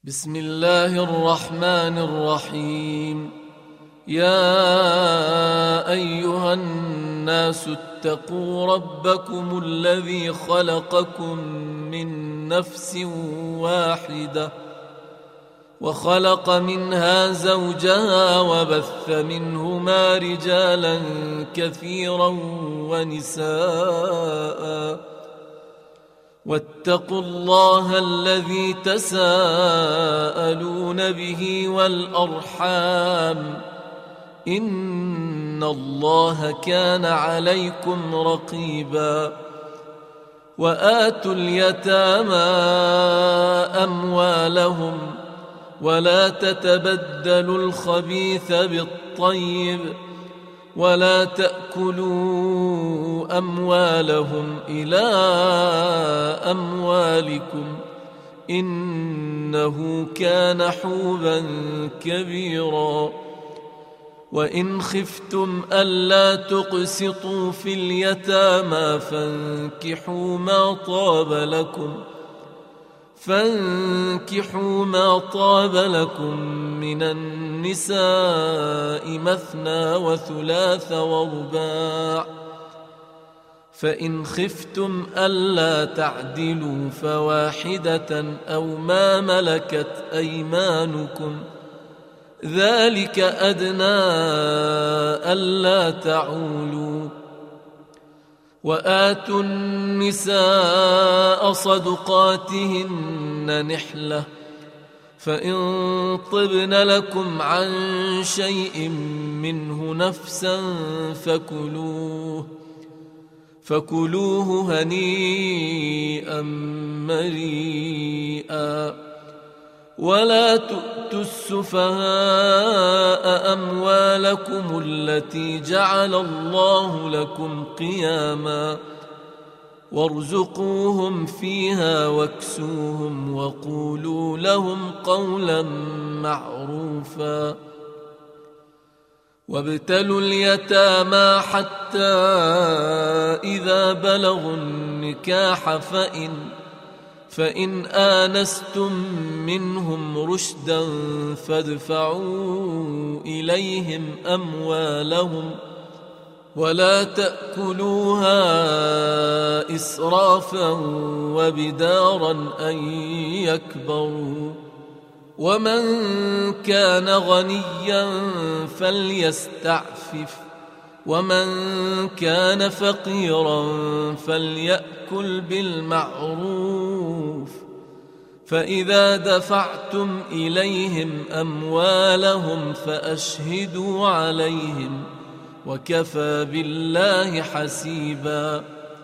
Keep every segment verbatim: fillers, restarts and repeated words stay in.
بسم الله الرحمن الرحيم. يا أيها الناس اتقوا ربكم الذي خلقكم من نفس واحدة وخلق منها زوجها وبث منهما رجالا كثيرا ونساء واتقوا الله الذي تساءلون به والأرحام إن الله كان عليكم رقيبا. وآتوا اليتامى أموالهم ولا تتبدلوا الخبيث بالطيب ولا تأكلوا أموالهم إلى أموالكم إنه كان حوبا كبيرا. وإن خفتم ألا تقسطوا في اليتامى فانكحوا ما طاب لكم فانكحوا ما طاب لكم من النساء مثنى وثلاث ورباع، فإن خفتم ألا تعدلوا فواحدة أو ما ملكت أيمانكم ذلك أدنى ألا تعولوا. وآتوا النساء صدقاتهن نحلة فإن طبن لكم عن شيء منه نفسا فكلوه فكلوه هنيئا مريئا. ولا تؤتوا السفهاء أموالكم التي جعل الله لكم قياما وارزقوهم فيها واكسوهم وقولوا لهم قولا معروفا. وابتلوا اليتامى حتى إذا بلغوا النكاح فإن فإن آنستم منهم رشدا فادفعوا إليهم أموالهم ولا تأكلوها إسرافا وبدارا أن يكبروا. ومن كان غنيا فليستعفف ومن كان فقيرا فليأكل بالمعروف. فإذا دفعتم إليهم أموالهم فأشهدوا عليهم وكفى بالله حسيبا.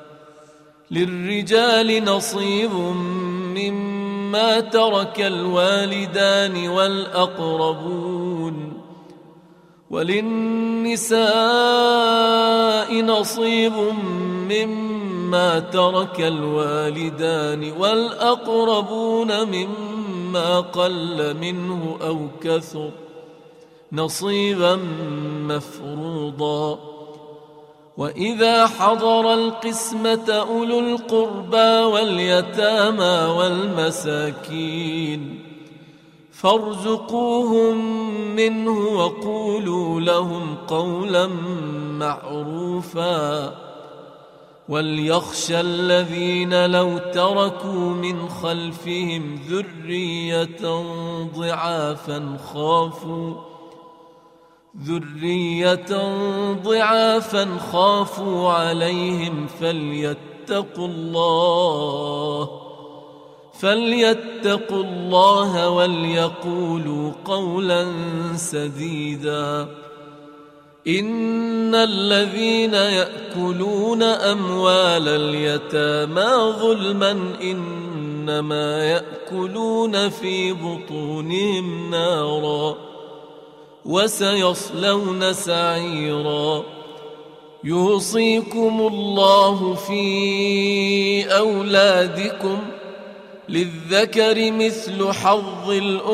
للرجال نصيب مما ترك الوالدان والأقربون وللنساء نصيب مما ترك الوالدان والأقربون مما قل منه أو كثر نصيبا مفروضا. وإذا حضر القسمة أولو القربى واليتامى والمساكين فارزقوهم منه وقولوا لهم قولا معروفا. وليخشى الذين لو تركوا من خلفهم ذرية ضعافا خافوا ذرية ضعافا خافوا عليهم فليتقوا الله فليتقوا الله وليقولوا قولا سديدا. إن الذين يأكلون أموال اليتامى ظلما إنما يأكلون في بطونهم نارا وسيصلون سعيرا. يوصيكم الله في أولادكم للذكر مثل حظ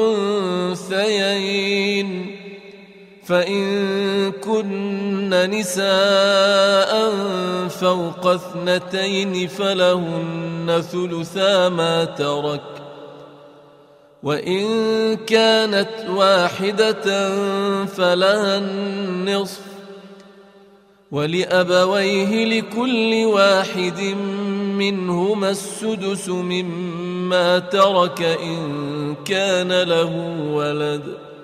الأنثيين فإن كن نساء فوق اثنتين فلهن ثلثا ما ترك وإن كانت واحدة فلها النصف ولأبويه لكل واحد منهما السدس مما ترك إن كان له ولد،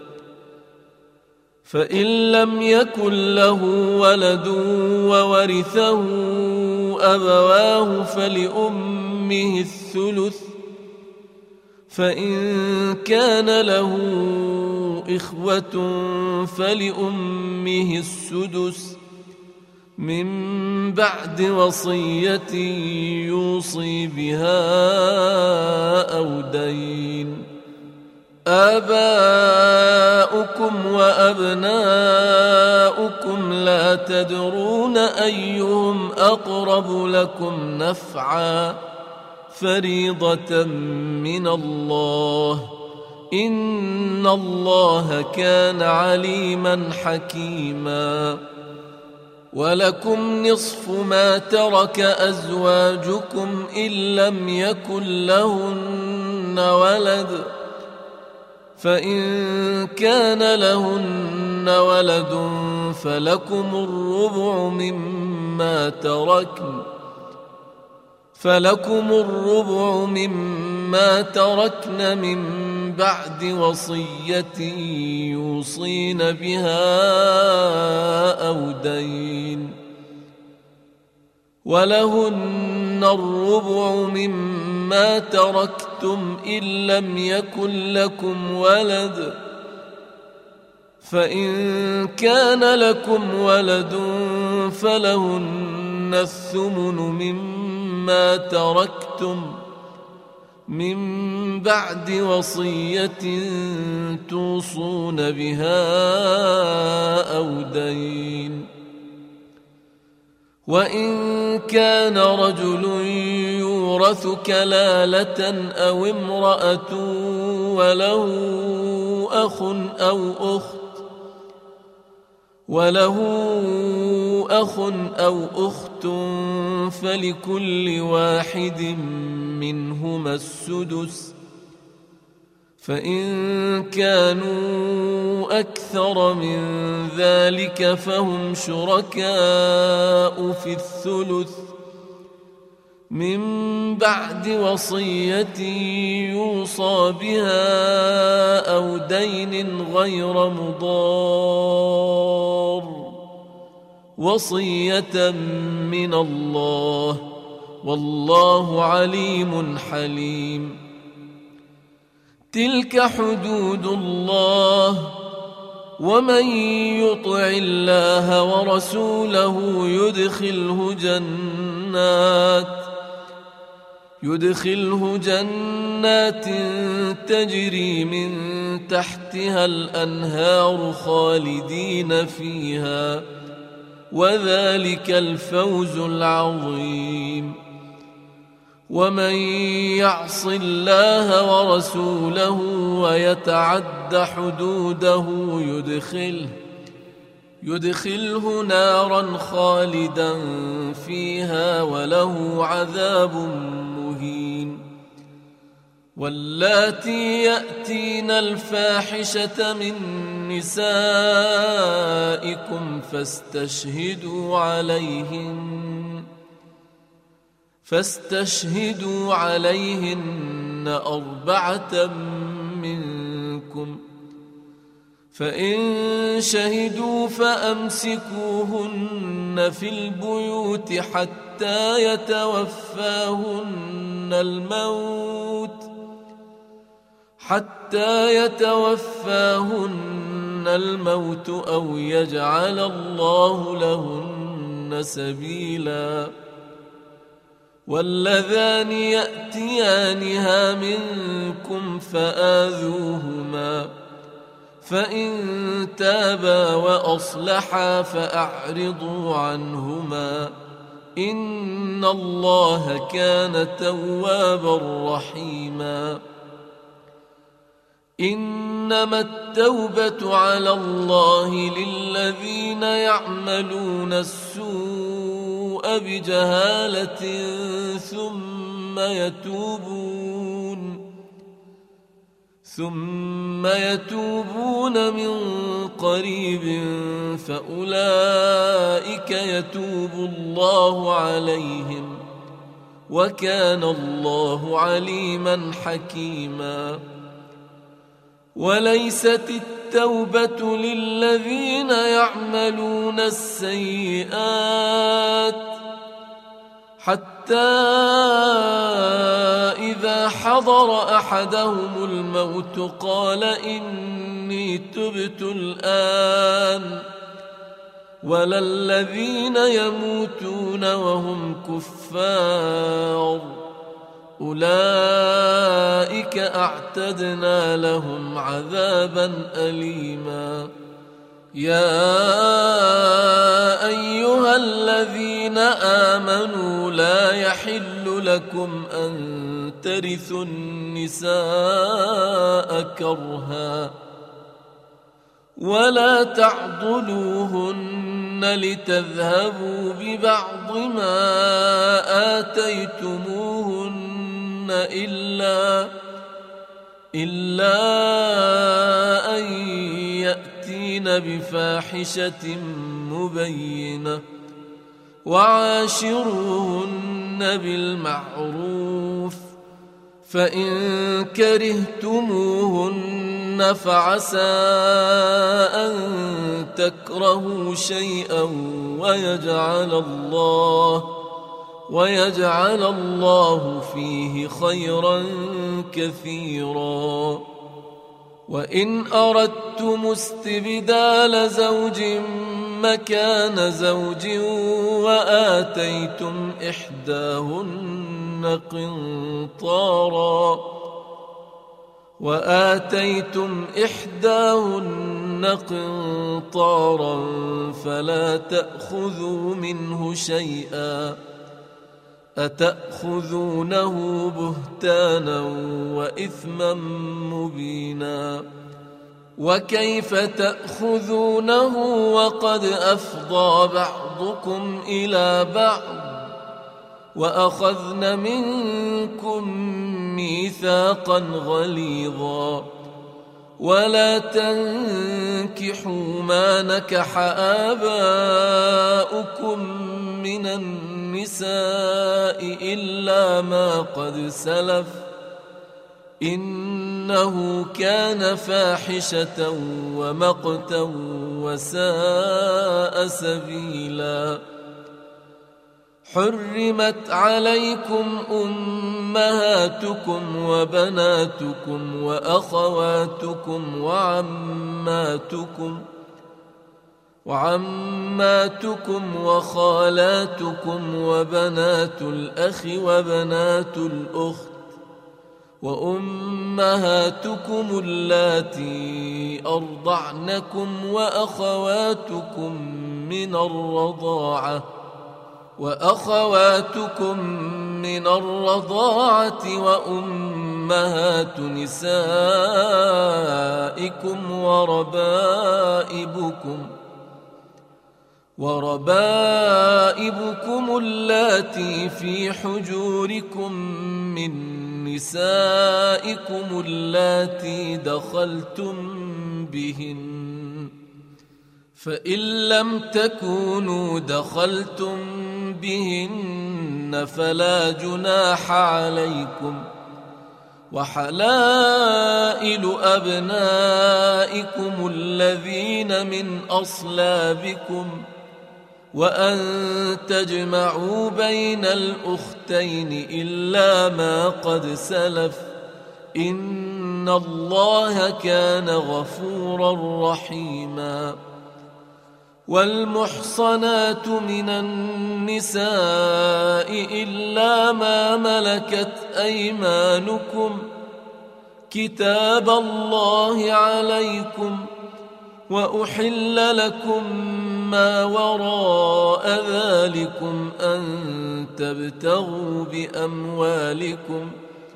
فإن لم يكن له ولد وورثه أبواه فلأمه الثلث، فإن كان له إخوة فلأمه السدس من بعد وصية يوصي بها أو دين. آباؤكم وأبناؤكم لا تدرون أيهم أقرب لكم نفعا فريضة من الله إن الله كان عليما حكيما. ولكم نصف ما ترك أزواجكم إن لم يكن لهن ولد، فإن كان لهن ولد فلكم الربع مما تركن فلكم الربع مما تركن من بعد وصية يوصين بها أو دين، ولهن الربع مما تركتم إن لم يكن لكم ولد، فإن كان لكم ولد فلهن الثمن مما تركتم من بعد وصية توصون بها أو دين. وإن كان رجل يورث كلالة أو امرأة وله أخ أو أخت وله أخ أو أخت فلكل واحد منهما السدس، فإن كانوا أكثر من ذلك فهم شركاء في الثلث من بعد وصية يوصى بها أو دين غير مضار، وصية من الله والله عليم حليم. تلك حدود الله ومن يطع الله ورسوله يدخله جنات يدخله جنات تجري من تحتها الأنهار خالدين فيها وذلك الفوز العظيم. ومن يعص الله ورسوله ويتعد حدوده يدخله يدخله نارا خالدا فيها وله عذاب مهين. واللاتي يأتين الفاحشة من نسائكم فاستشهدوا عليهن فاستشهدوا عليهن أربعة منكم، فإن شهدوا فأمسكوهن في البيوت حتى يتوفاهن الموت حتى يتوفاهن الموت أو يجعل الله لهن سبيلا. واللذان يأتيانها منكم فآذوهما، فإن تابا وأصلحا فأعرضوا عنهما إن الله كان توابا رحيما. إنما التوبة على الله للذين يعملون السوء بجهالة ثم يتوبون ثم يتوبون من قريب فأولئك يتوب الله عليهم وكان الله عليما حكيما. وليست التوبة للذين يعملون السيئات حتى إذا حضر أحدهم الموت قال إني تبت الآن، ولا الذين يموتون وهم كفار أولئك أعتدنا لهم عذابا أليما. يا أيها الذين آمنوا لا يحل لكم أن ترثوا النساء كرها ولا تعضلوهن لتذهبوا ببعض ما آتيتموهن إلا إلا أن يأتين بفاحشة مبينة وعاشروهن بالمعروف، فإن كرهتموهن فعسى أن تكرهوا شيئا ويجعل الله ويجعل الله فيه خيرا كثيرا. وإن أردتم استبدال زوج مكان زوج وآتيتم إحداهن قنطارا وآتيتم إحداهن قنطارا فلا تأخذوا منه شيئا أتأخذونه بهتانا وإثما مبينا. وكيف تأخذونه وقد أفضى بعضكم إلى بعض وأخذن منكم ميثاقا غليظا. ولا تنكحوا ما نكح آباؤكم من النساء إلا ما قد سلف إنه كان فاحشة ومقتا وساء سبيلا. حرمت عليكم أمهاتكم وبناتكم وأخواتكم وعماتكم وعماتكم وخالاتكم وبنات الأخ وبنات الأخت وأمهاتكم اللاتي أرضعنكم وأخواتكم من الرضاعة وأخواتكم من الرضاعة وأمهات نسائكم وربائبكم وربائبكم اللاتي في حجوركم من نسائكم اللاتي دخلتم بهن، فإن لم تكونوا دخلتم بهن فلا جناح عليكم. وحلائل أبنائكم الذين من أصلابكم وأن تجمعوا بين الأختين إلا ما قد سلف إن الله كان غفورا رحيما. والمحصنات من النساء إلا ما ملكت أيمانكم كتاب الله عليكم، وأحل لكم ما وراء ذلكم أن تبتغوا بأموالكم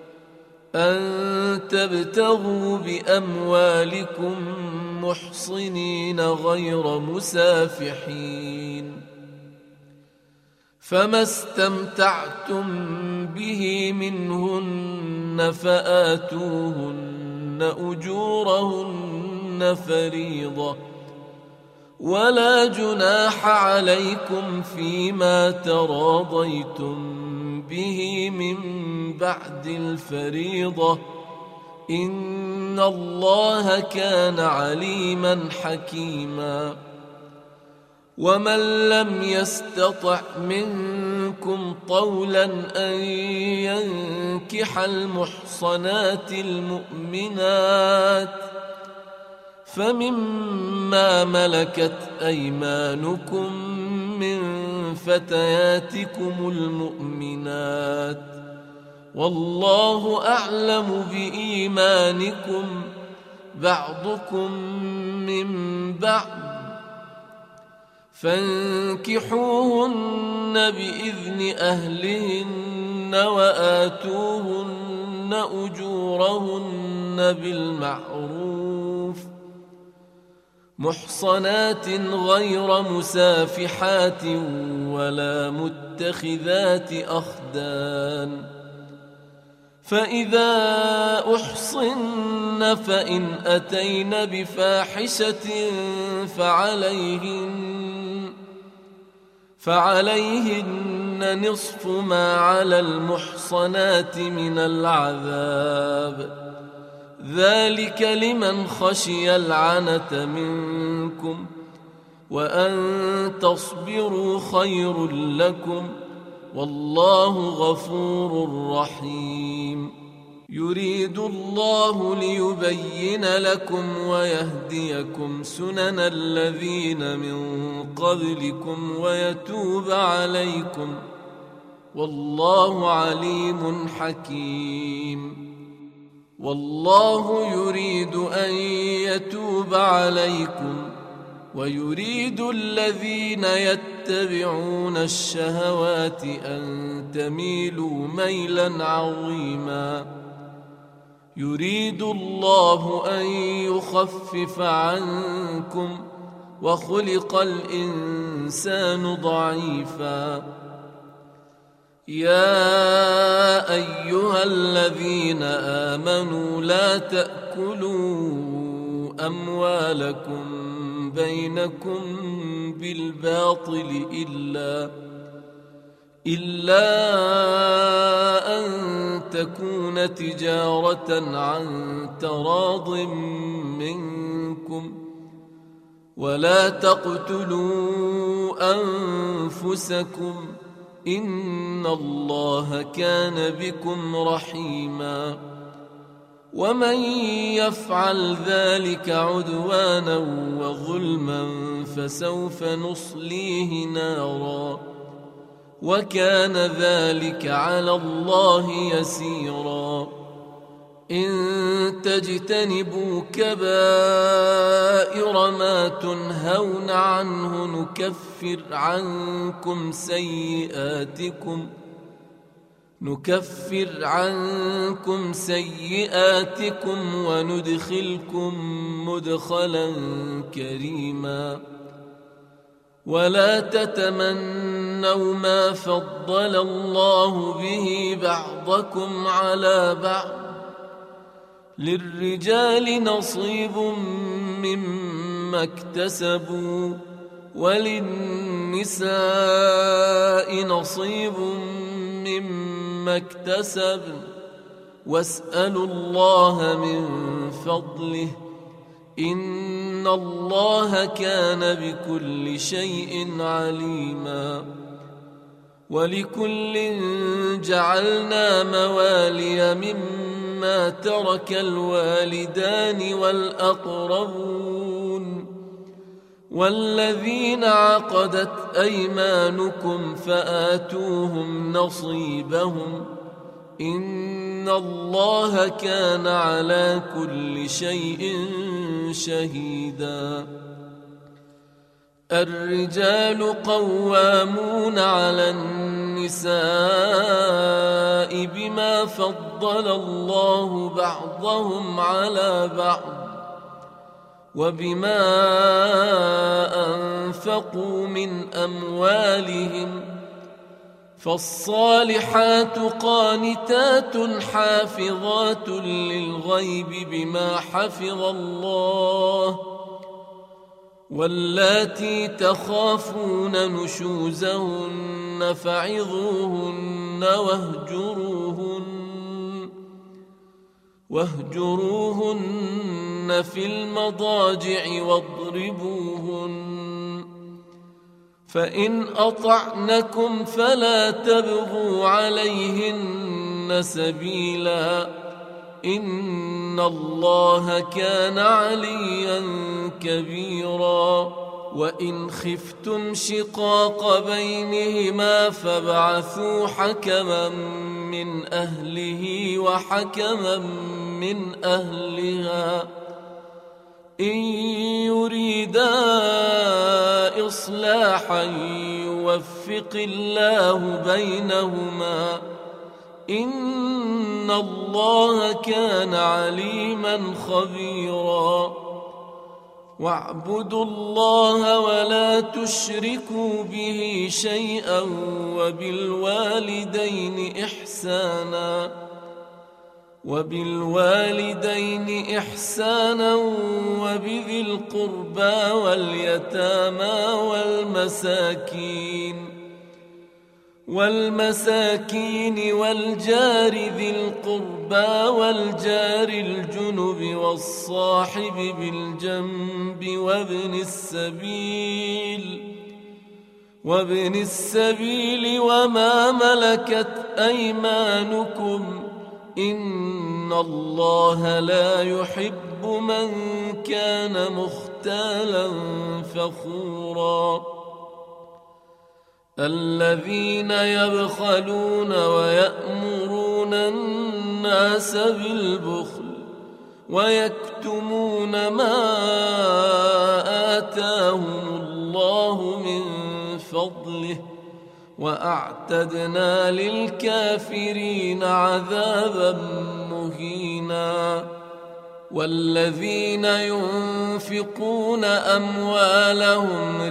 أن تبتغوا بأموالكم محصنين غير مسافحين، فما استمتعتم به منهن فآتوهن أجورهن فريضة ولا جناح عليكم فيما تراضيتم به من بعد الفريضة إن الله كان عليما حكيما ومن لم يستطع منكم طولا أن ينكح المحصنات المؤمنات فمما ملكت أيمانكم من فتياتكم المؤمنات والله أعلم بإيمانكم بعضكم من بعض فانكحوهن بإذن أهلهن وآتوهن أجورهن بالمعروف محصنات غير مسافحات ولا متخذات أخدان فإذا أحصن فإن أتين بفاحشة فعليهن فعليهن نصف ما على المحصنات من العذاب ذلك لمن خشي العنة منكم وأن تصبروا خير لكم والله غفور رحيم يريد الله ليبين لكم ويهديكم سنن الذين من قبلكم ويتوب عليكم والله عليم حكيم والله يريد أن يتوب عليكم ويريد الذين يتبعون الشهوات أن تميلوا ميلا عظيما يريد الله أن يخفف عنكم وخلق الإنسان ضعيفا يا أيها الذين آمنوا لا تأكلوا أموالكم بينكم بالباطل إلا إلا أن تكون تجارة عن تراض منكم ولا تقتلوا أنفسكم إن الله كان بكم رحيما ومن يفعل ذلك عدوانا وظلما فسوف نصليه نارا وكان ذلك على الله يسيرا إن تجتنبوا كبائر ما تنهون عنه نكفر عنكم سيئاتكم نكفر عنكم سيئاتكم وندخلكم مدخلا كريما ولا تتمنوا ما فضل الله به بعضكم على بعض للرجال نصيب مما اكتسبوا وللنساء نصيب مما اكتسبن واسألوا الله من فضله إن الله كان بكل شيء عليما ولكل جعلنا موالي مما ترك الوالدان والأقربون والذين عقدت أيمانكم فآتوهم نصيبهم إن الله كان على كل شيء شهيدا الرجال قوامون على النساء بما فضل الله بعضهم على بعض وبما أنفقوا من أموالهم فالصالحات قانتات حافظات للغيب بما حفظ الله واللاتي تخافون نشوزهن فعظوهن واهجروهن واهجروهن في المضاجع واضربوهن فإن أطعنكم فلا تبغوا عليهن سبيلا إن الله كان عليا كبيرا وإن خفتم شقاق بينهما فابعثوا حكما من أهله وحكما من أهلها إن يريدا إصلاحا يوفق الله بينهما إن الله كان عليما خبيرا واعبدوا الله ولا تشركوا به شيئا وبالوالدين إحسانا وبالوالدين إحسانا وبذي القربى واليتامى والمساكين والمساكين والجار ذي القربى والجار الجنب والصاحب بالجنب وابن السبيل وابن السبيل وما ملكت أيمانكم إن الله لا يحب من كان مختالا فخورا الذين يبخلون ويأمرون الناس بالبخل ويكتمون ما آتاهم الله من فضله وأعتدنا للكافرين عذابا مهينا والذين ينفقون أموالهم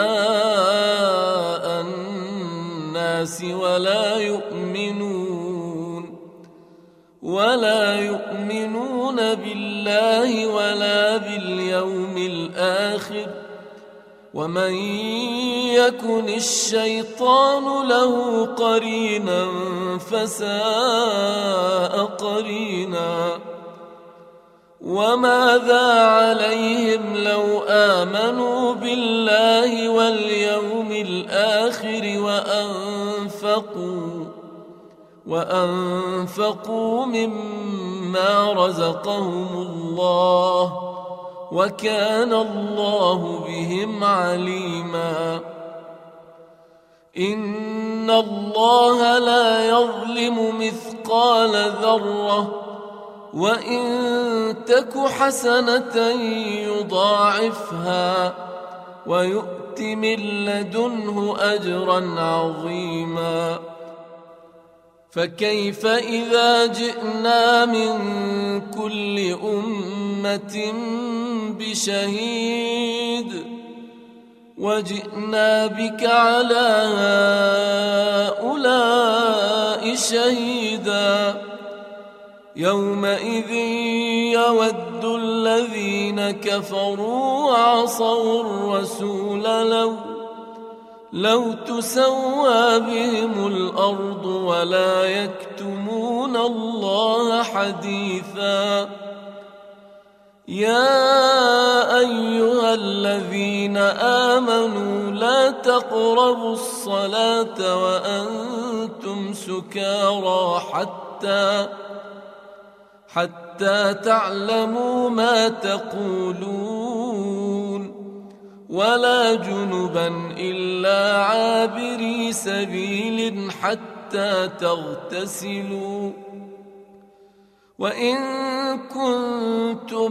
رئاء الناس ولا يؤمنون ولا يؤمنون بالله ولا باليوم الآخر ومن يكن الشيطان له قرينا فساء قرينا وماذا عليهم لو آمنوا بالله واليوم الآخر وأنفقوا وأنفقوا مما رزقهم الله وكان الله بهم عليما إن الله لا يظلم مثقال ذرة وإن تك حسنة يضاعفها ويؤت من لدنه أجرا عظيما فكيف إذا جئنا من كل أمة بشهيد وجئنا بك على هؤلاء شهيدا يومئذ يود الذين كفروا وعصوا الرسول لو لو تسوى بهم الأرض ولا يكتمون الله حديثا يا أيها الذين آمنوا لا تقربوا الصلاة وأنتم سكارى حتى حتى تعلموا ما تقولون ولا جنبا إلا عابري سبيل حتى تغتسلوا وإن كنتم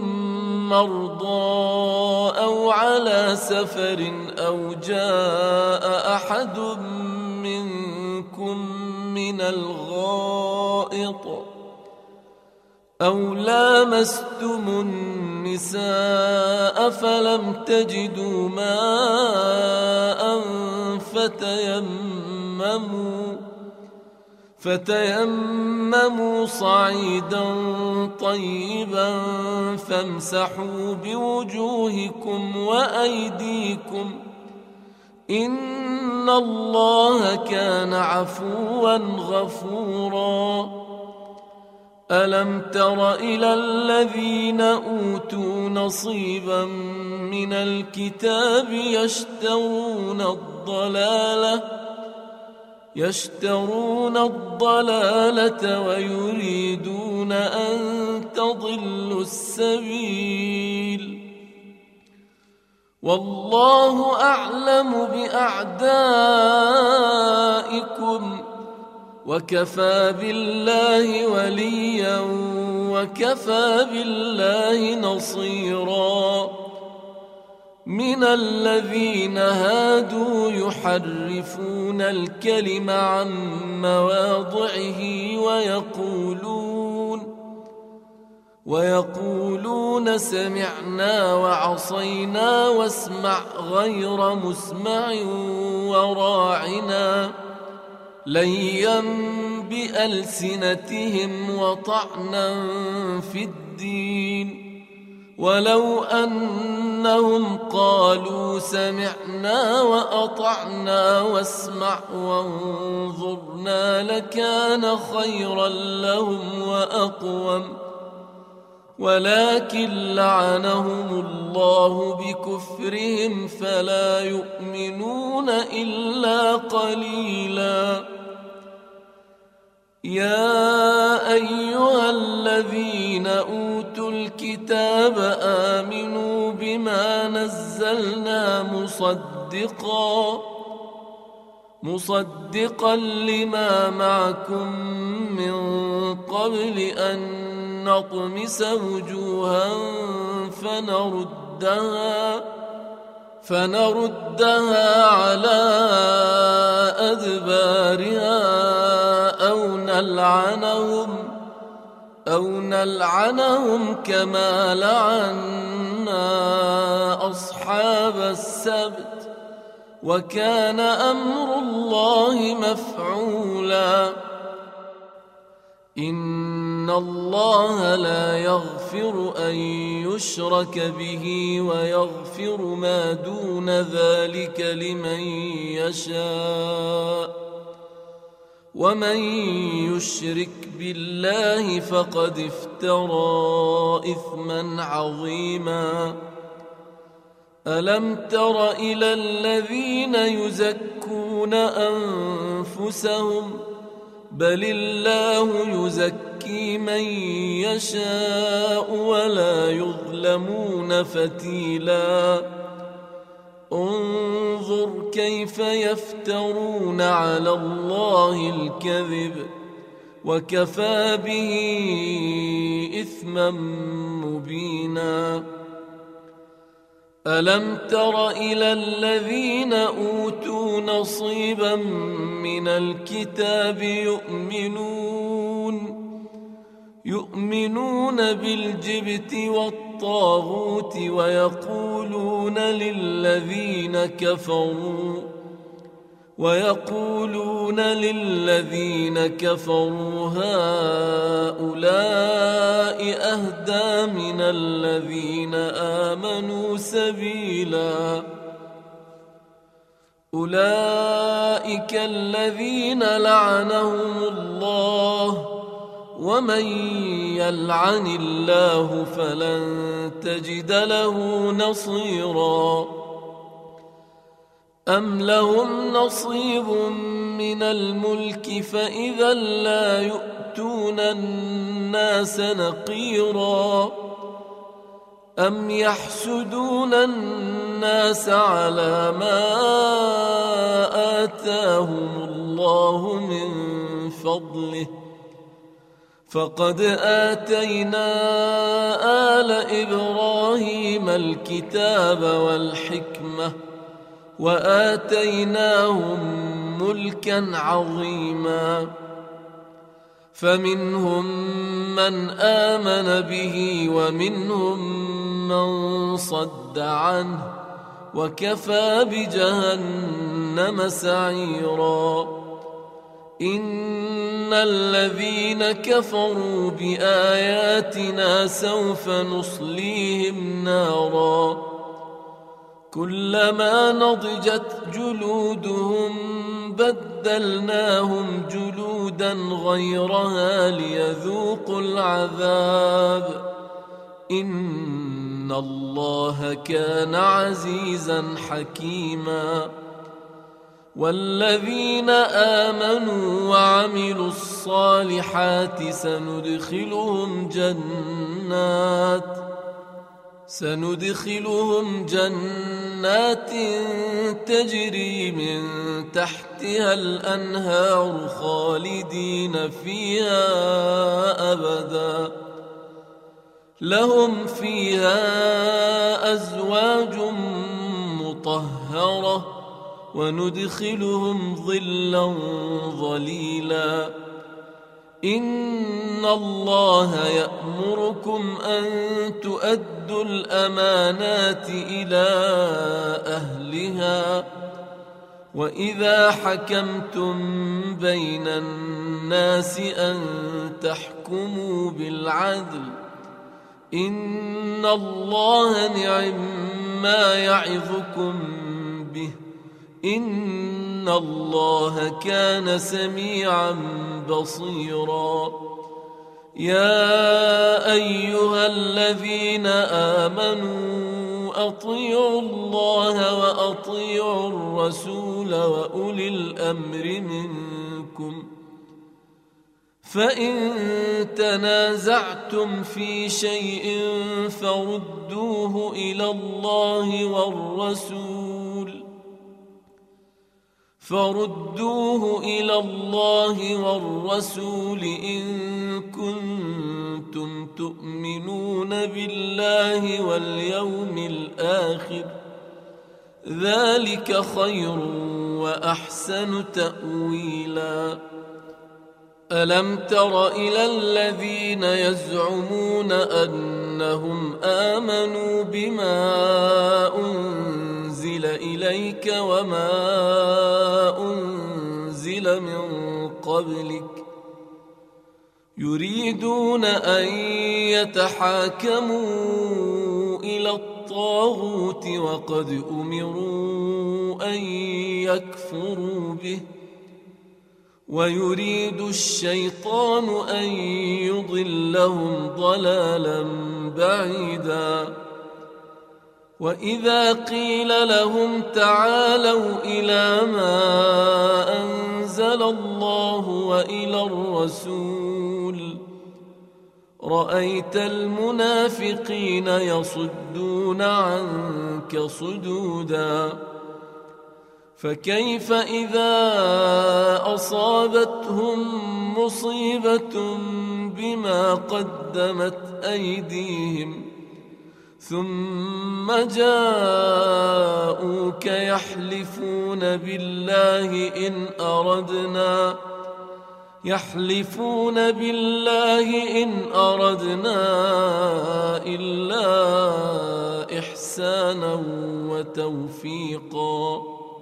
مرضى أو على سفر أو جاء أحد منكم من الغائط أو لامستم النساء فلم تجدوا ماء فتيمموا فتيمموا صعيدا طيبا فامسحوا بوجوهكم وأيديكم إن الله كان عفوا غفورا. ألم تر إلى الذين أوتوا نصيبا من الكتاب يشترون الضلالة يشترون الضلالة ويريدون أن تضلوا السبيل والله أعلم بأعدائكم وكفى بالله وليا وكفى بالله نصيرا. من الذين هادوا يحرفون الكلم عن مواضعه ويقولون ويقولون سمعنا وعصينا واسمع غير مسمع وراعنا ليا بألسنتهم وطعنا في الدين ولو أنهم قالوا سمعنا وأطعنا واسمع وانظرنا لكان خيرا لهم وأقوم ولكن لعنهم الله بكفرهم فلا يؤمنون إلا قليلا. يا أيها الذين أوتوا الكتاب آمنوا بما نزلنا مصدقا مصدقا لما معكم من قبل أن نطمس وجوها فنردها فنردها على أدبارها أو نلعنهم أو نلعنهم كما لعنا أصحاب السبت وكان أمر الله مفعولا. إن الله لا يغفر أن يشرك به ويغفر ما دون ذلك لمن يشاء ومن يشرك بالله فقد افترى إثما عظيما. ألم تر إلى الذين يزكون أنفسهم بل الله يزكي من يشاء ولا يظلمون فتيلا. انظر كيف يفترون على الله الكذب وكفى به إثما مبينا. ألم تر إلى الذين أوتوا نصيبا من الكتاب يؤمنون يؤمنون بالجبت والطاغوت ويقولون للذين كفروا ويقولون للذين كفروا هؤلاء أهدى من الذين آمنوا سبيلا. أولئك الذين لعنهم الله ومن يلعن الله فلن تجد له نصيرا. أم لهم نصيب من الملك فإذا لا يؤتون الناس نقيرا. أم يحسدون الناس على ما آتاهم الله من فضله فقد آتينا آل إبراهيم الكتاب والحكمة وآتيناهم ملكا عظيما. فمنهم من آمن به ومنهم من صد عنه وكفى بجهنم سعيرا. إن الذين كفروا بآياتنا سوف نصليهم نارا كلما نضجت جلودهم بدلناهم جلودا غيرها ليذوقوا العذاب إن الله كان عزيزا حكيما والذين آمنوا وعملوا الصالحات سندخلهم جنات سندخلهم جنات تجري من تحتها الأنهار خالدين فيها أبدا لهم فيها أزواج مطهرة وندخلهم ظلا ظليلا إن الله يأمركم أن تؤدوا الأمانات إلى أهلها وإذا حكمتم بين الناس أن تحكموا بالعدل إن الله نعم ما يعظكم به إن الله كان سميعا بصيرا يا أيها الذين آمنوا أطيعوا الله وأطيعوا الرسول وأولي الأمر منكم فإن تنازعتم في شيء فردوه إلى الله والرسول فردوه إلى الله والرسول إن كنتم تؤمنون بالله واليوم الآخر ذلك خير وأحسن تأويلا ألم تر إلى الذين يزعمون أنهم آمنوا بما أنزل إليك وما أنزل من قبلك يريدون أن يتحاكموا إلى الطاغوت وقد أمروا أن يكفروا به ويريد الشيطان أن يضلهم ضلالا بعيدا وإذا قيل لهم تعالوا إلى ما أنزل الله وإلى الرسول رأيت المنافقين يصدون عنك صدودا فكيف إذا أصابتهم مصيبة بما قدمت أيديهم ثم جاءوك يحلفون بالله إن أردنا يحلفون بالله إن أردنا إلا إحسانا وتوفيقا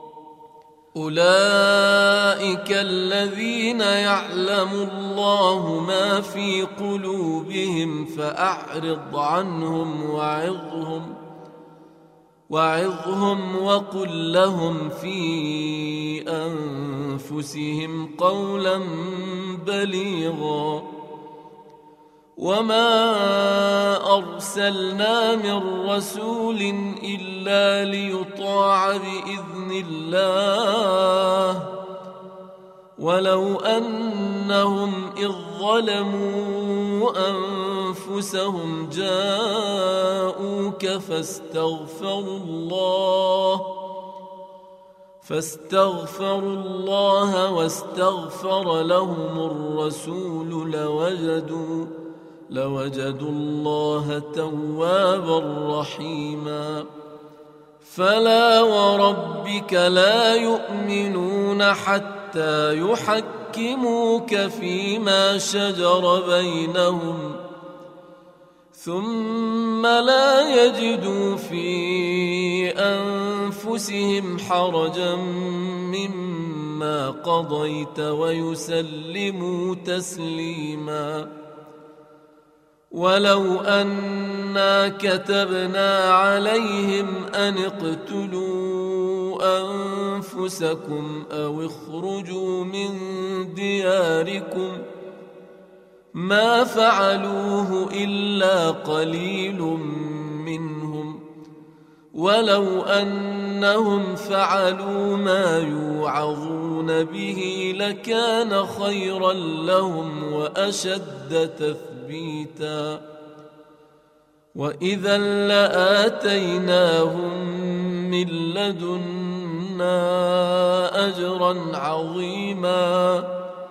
أولئك الذين يعلم الله ما في قلوبهم فأعرض عنهم وعظهم وعظهم وقل لهم في أنفسهم قولا بليغا وما أرسلنا من رسول إلا ليطاع بإذن الله ولو أنهم إذ ظلموا أنفسهم جاءوك فاستغفروا الله فاستغفروا الله واستغفر لهم الرسول لوجدوا لوجدوا الله توابا رحيما فلا وربك لا يؤمنون حتى يحكموك فيما شجر بينهم ثم لا يجدوا في أنفسهم حرجا مما ما قضيت ويسلموا تسليما. ولو أنا كتبنا عليهم أن اقتلوا أنفسكم أو اخرجوا من دياركم ما فعلوه إلا قليل منهم، ولو أنهم فعلوا ما يوعظون به لكان خيرا لهم وأشد تثبيتا، وإذا لآتيناهم من لدنا أجرا عظيما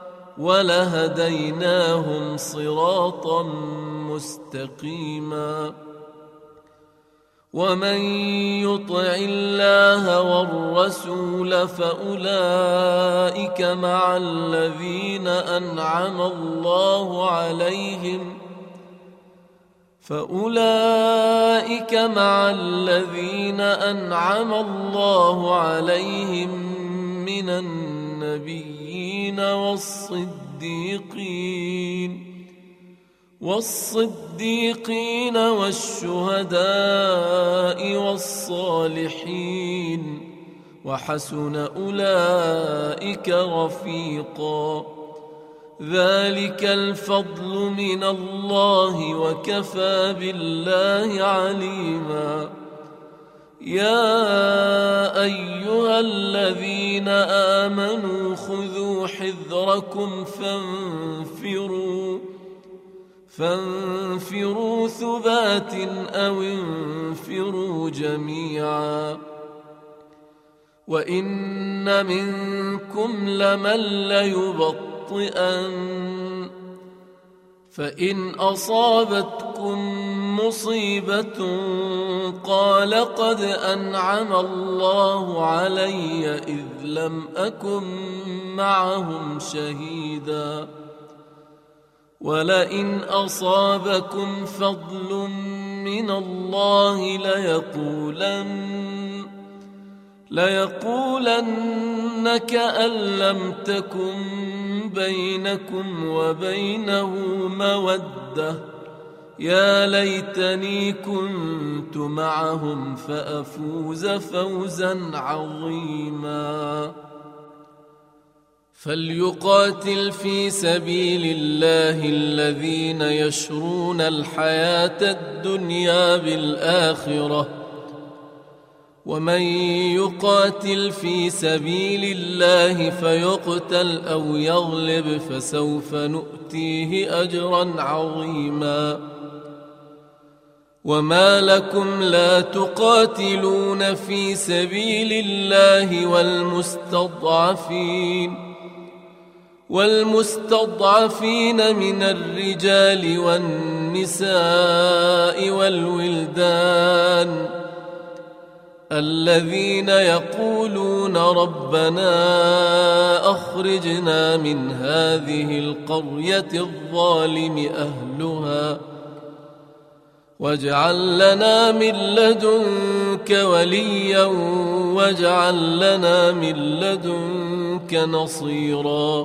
ولهديناهم صراطا مستقيما. ومن يطع الله والرسول فأولئك مع الذين أنعم الله عليهم فأولئك مع الذين أنعم الله عليهم من النبيين والصديقين والصديقين والشهداء والصالحين وحسن أولئك رفيقا. ذلك الفضل من الله وكفى بالله عليما. يا أيها الذين آمنوا خذوا حذركم فانفروا فانفروا ثبات أو انفروا جميعا. وإن منكم لمن ليبطئن فإن أصابتكم مصيبة قال قد أنعم الله علي إذ لم أكن معهم شهيدا. ولئن أصابكم فضل من الله ليقولن ليقولن كأن لم تكن بينكم وبينه مودة يا ليتني كنت معهم فأفوز فوزا عظيما. فليقاتل في سبيل الله الذين يشرون الحياة الدنيا بالآخرة، ومن يقاتل في سبيل الله فيقتل أو يغلب فسوف نؤتيه أجرا عظيما. وما لكم لا تقاتلون في سبيل الله والمستضعفين والمستضعفين من الرجال والنساء والولدان الذين يقولون ربنا أخرجنا من هذه القرية الظالم أهلها واجعل لنا من لدنك وليا واجعل لنا من لدنك نصيرا.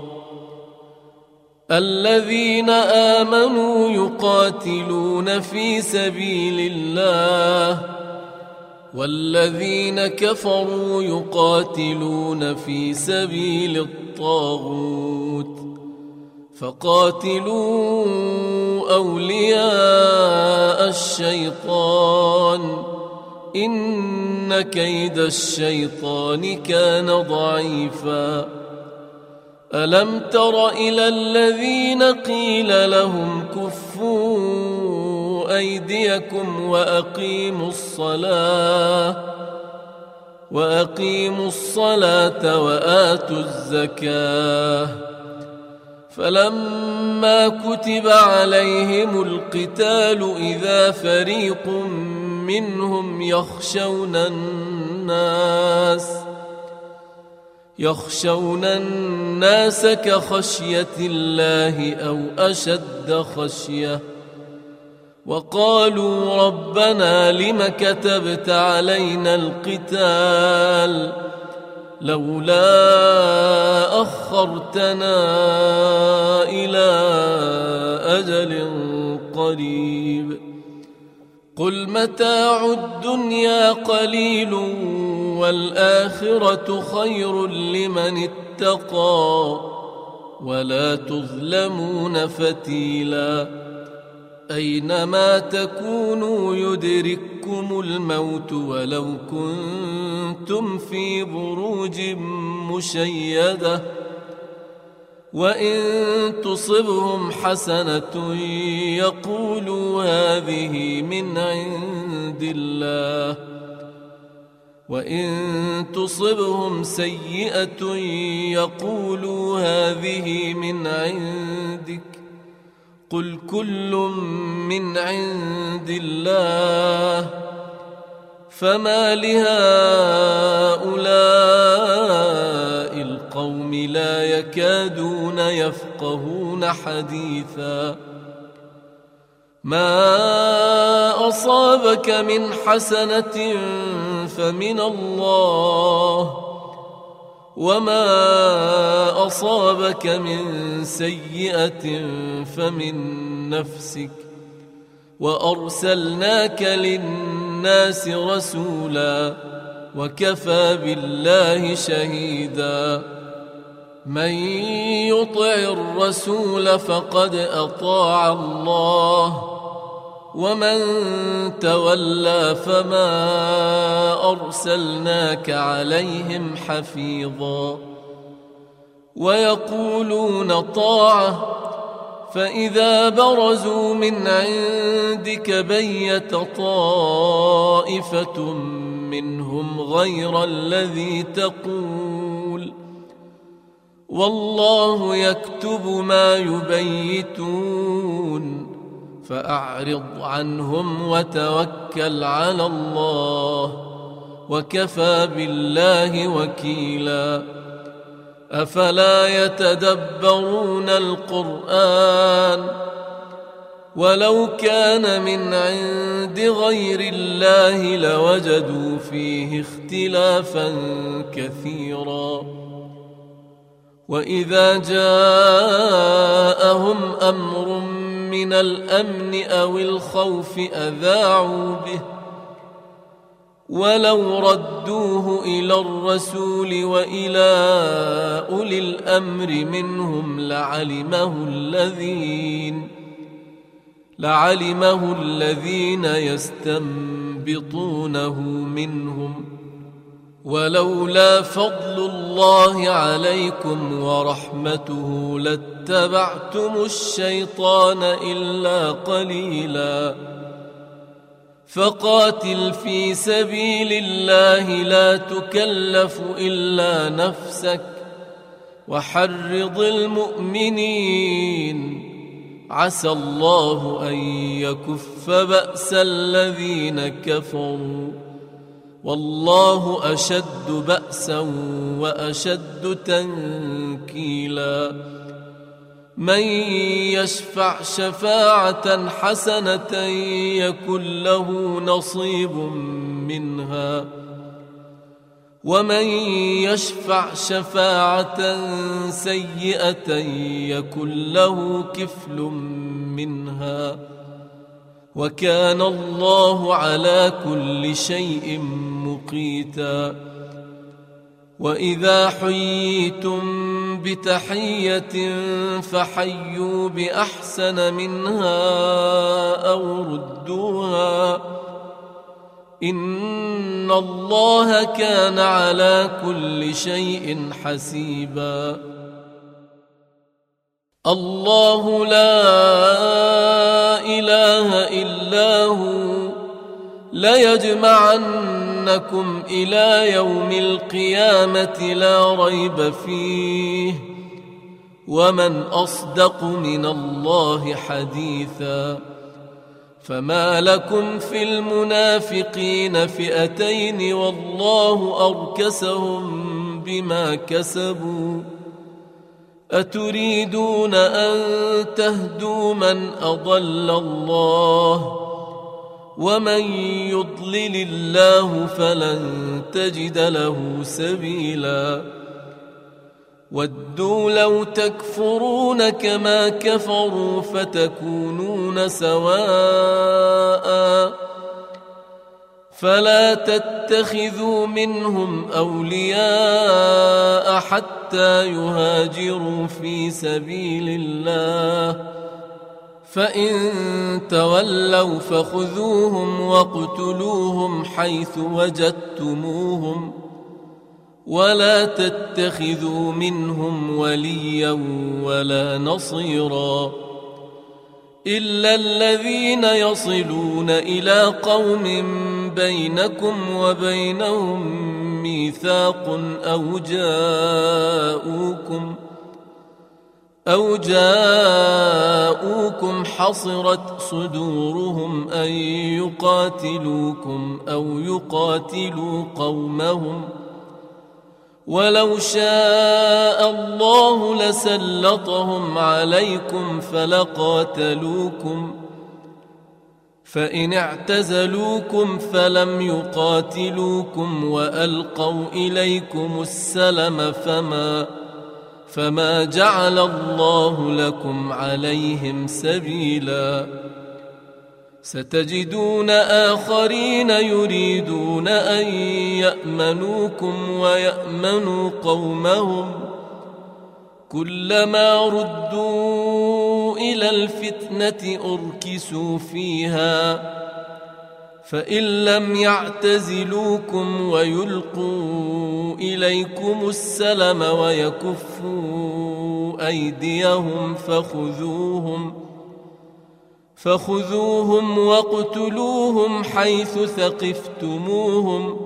الذين آمنوا يقاتلون في سبيل الله والذين كفروا يقاتلون في سبيل الطاغوت فقاتلوا أولياء الشيطان إن كيد الشيطان كان ضعيفا. ألم تر إلى الذين قيل لهم كفوا أيديكم وأقيموا الصلاة وأقيموا الصلاة وآتوا الزكاة فلما كتب عليهم القتال إذا فريق منهم يخشون الناس يخشون الناس كخشية الله أو أشد خشية وقالوا ربنا لم كتبت علينا القتال لولا أخرتنا إلى أجل قريب قل متاع الدنيا قليل والآخرة خير لمن اتقى ولا تظلمون فتيلا أينما تكونوا يدرككم الموت ولو كنتم في بروج مشيدة وإن تصبهم حسنة يقولوا هذه من عند الله وإن تصبهم سيئة يقولوا هذه من عندك قل كل من عند الله فما لهؤلاء القوم لا يكادون يفقهون حديثا ما أصابك من حسنة فمن الله وما أصابك من سيئة فمن نفسك وأرسلناك للناس رسولا وكفى بالله شهيدا من يطع الرسول فقد أطاع الله ومن تولى فما أرسلناك عليهم حفيظا ويقولون طاعة فإذا برزوا من عندك بيت طائفة منهم غير الذي تقول والله يكتب ما يبيتون فأعرض عنهم وتوكل على الله وكفى بالله وكيلا أفلا يتدبرون القرآن ولو كان من عند غير الله لوجدوا فيه اختلافا كثيرا وإذا جاءهم أمر من الأمن أو الخوف أذاعوا به ولو ردوه إلى الرسول وإلى أولي الأمر منهم لعلمه الذين لعلمه الذين يستنبطونه منهم ولولا فضل الله عليكم ورحمته لاتبعتم الشيطان إلا قليلا فقاتل في سبيل الله لا تكلف إلا نفسك وحرض المؤمنين عسى الله أن يكف بأس الذين كفروا والله أشد بأسا وأشد تنكيلا من يشفع شفاعة حسنة يكن له نصيب منها ومن يشفع شفاعة سيئة يكن له كفل منها وكان الله على كل شيء مقيتا وإذا حييتم بتحية فحيوا بأحسن منها أو ردوها إن الله كان على كل شيء حسيبا الله لا إله إلا هو ليجمعنكم إلى يوم القيامة لا ريب فيه ومن أصدق من الله حديثا فما لكم في المنافقين فئتين والله أركسهم بما كسبوا أتريدون أن تهدوا من أضل الله ومن يضلل الله فلن تجد له سبيلا ودوا لو تكفرون كما كفروا فتكونون سواء فلا تتخذوا منهم أولياء حتى يهاجروا في سبيل الله فإن تولوا فخذوهم واقتلوهم حيث وجدتموهم ولا تتخذوا منهم وليا ولا نصيرا إلا الذين يصلون إلى قوم بينكم وبينهم ميثاق أو جاءوكم أو جاءوكم حصرت صدورهم أن يقاتلوكم أو يقاتلوا قومهم ولو شاء الله لسلطهم عليكم فلقاتلوكم فإن اعتزلوكم فلم يقاتلوكم وألقوا إليكم السلم فما فما جعل الله لكم عليهم سبيلا ستجدون آخرين يريدون أن يأمنوكم ويأمنوا قومهم كلما ردوا إلى الفتنة أركسوا فيها فإن لم يعتزلوكم ويلقوا إليكم السلم ويكفوا أيديهم فخذوهم فخذوهم واقتلوهم حيث ثقفتموهم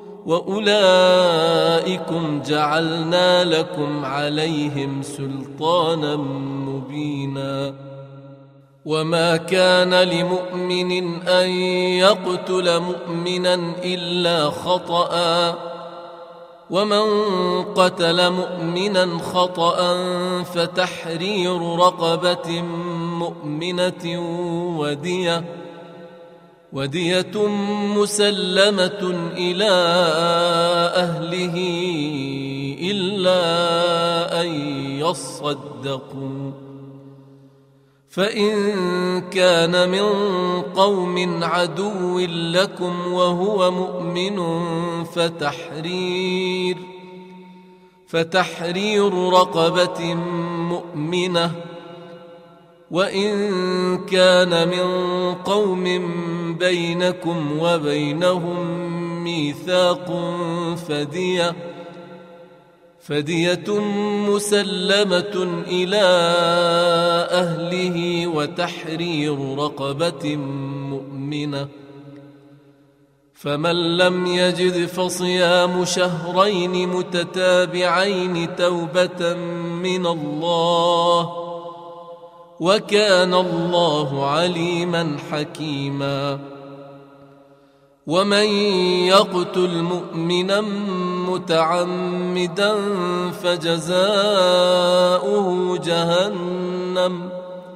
وأولئكم جعلنا لكم عليهم سلطانا مبينا وما كان لمؤمن أن يقتل مؤمنا إلا خطأ ومن قتل مؤمنا خطأ فتحرير رقبة مؤمنة ودية ودية مسلمة إلى أهله إلا أن يصدقوا فإن كان من قوم عدو لكم وهو مؤمن فتحرير فتحرير رقبة مؤمنة وإن كان من قوم بينكم وبينهم ميثاق فدية فدية مسلمة إلى أهله وتحرير رقبة مؤمنة فمن لم يجد فصيام شهرين متتابعين توبة من الله وكان الله عليما حكيما ومن يقتل مؤمنا متعمدا فجزاؤه جهنم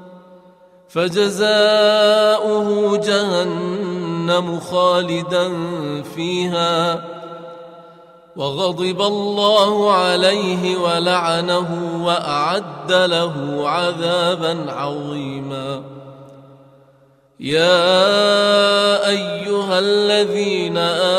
فجزاؤه جهنم خالدا فيها وغضب الله عليه ولعنه وأعد له عذابا عظيما يا أيها الذين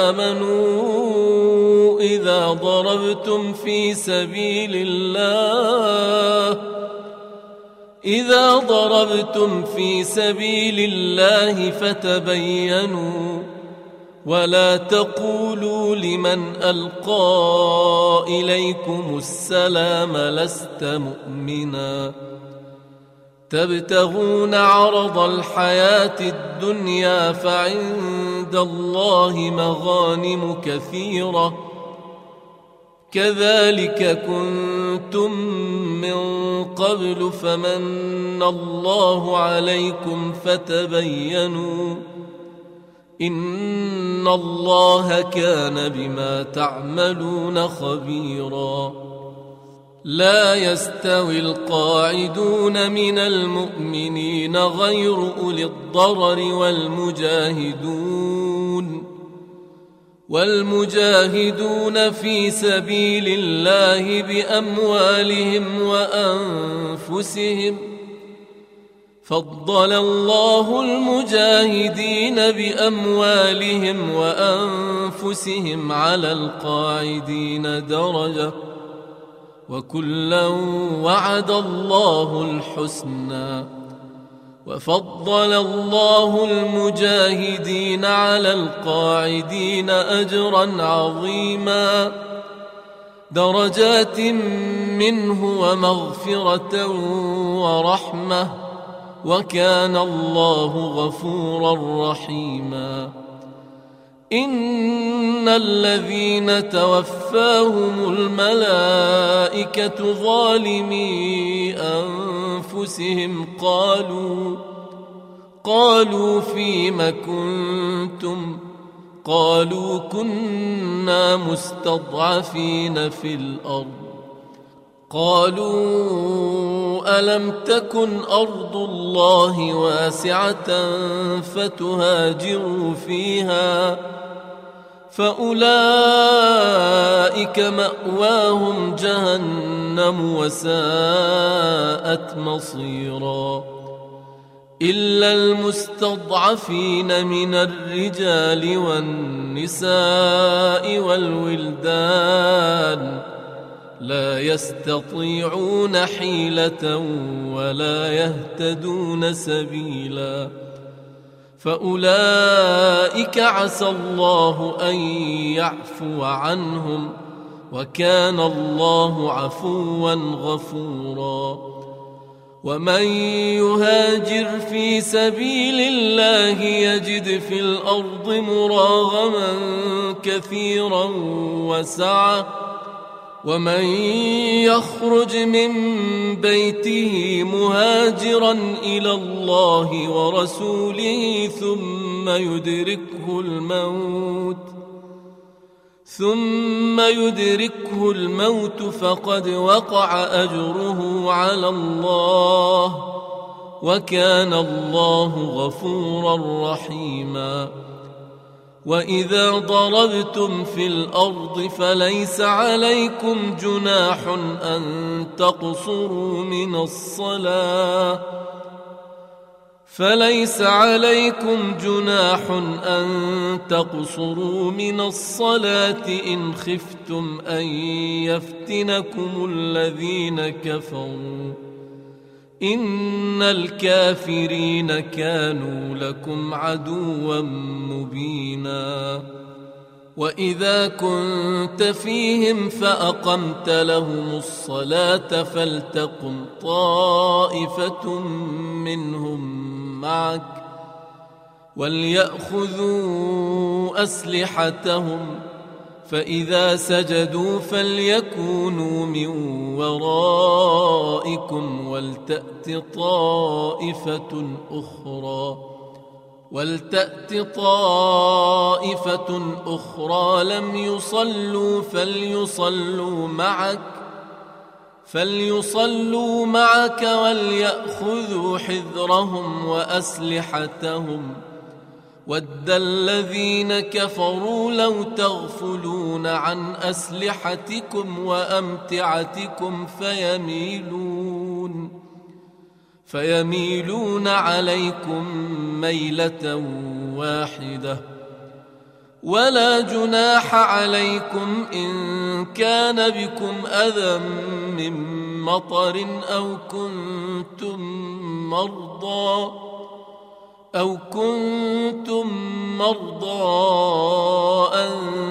آمنوا إذا ضربتم في سبيل الله إذا ضربتم في سبيل الله فتبينوا ولا تقولوا لمن ألقى إليكم السلام لست مؤمنا تبتغون عرض الحياة الدنيا فعند الله مغانم كثيرة كذلك كنتم من قبل فمن الله عليكم فتبينوا إن الله كان بما تعملون خبيرا لا يستوي القاعدون من المؤمنين غير أولي الضرر والمجاهدون والمجاهدون في سبيل الله بأموالهم وأنفسهم. فضل الله المجاهدين بأموالهم وأنفسهم على القاعدين درجة، وكلا وعد الله الحسنى. وفضل الله المجاهدين على القاعدين أجرا عظيما، درجات منه ومغفرة ورحمة، وكان الله غفورا رحيما. إن الذين توفاهم الملائكة ظالمي أنفسهم قالوا قالوا فيم كنتم قالوا كنا مستضعفين في الأرض قالوا ألم تكن أرض الله واسعة فتهاجروا فيها فأولئك مأواهم جهنم وساءت مصيرا. إلا المستضعفين من الرجال والنساء والولدان لا يستطيعون حيلة ولا يهتدون سبيلا، فأولئك عسى الله أن يعفو عنهم، وكان الله عفوا غفورا. ومن يهاجر في سبيل الله يجد في الأرض مراغما كثيرا وسعة، ومن يخرج من بيته مهاجرا إلى الله ورسوله ثم يدركه الموت ثم يدركه الموت فقد وقع أجره على الله، وكان الله غفورا رحيما. وإذا ضربتم في الأرض فليس عليكم جناح أن تقصروا من الصلاة فليس عليكم جناح أن تقصروا من الصلاة إن خفتم أن يفتنكم الذين كفروا، إن الكافرين كانوا لكم عدوا مبينا. وإذا كنت فيهم فأقمت لهم الصلاة فلتقم طائفة منهم معك وليأخذوا أسلحتهم، فإذا سجدوا فليكونوا من ورائكم ولتأت طائفة أخرى ولتأت طائفة أخرى لم يصلوا فليصلوا معك فليصلوا معك وليأخذوا حذرهم وأسلحتهم. ود الذين كفروا لو تغفلون عن أسلحتكم وأمتعتكم فيميلون فيميلون عليكم ميلة واحدة. ولا جناح عليكم إن كان بكم أذى من مطر أو كنتم مرضى أو كنتم مرضى أن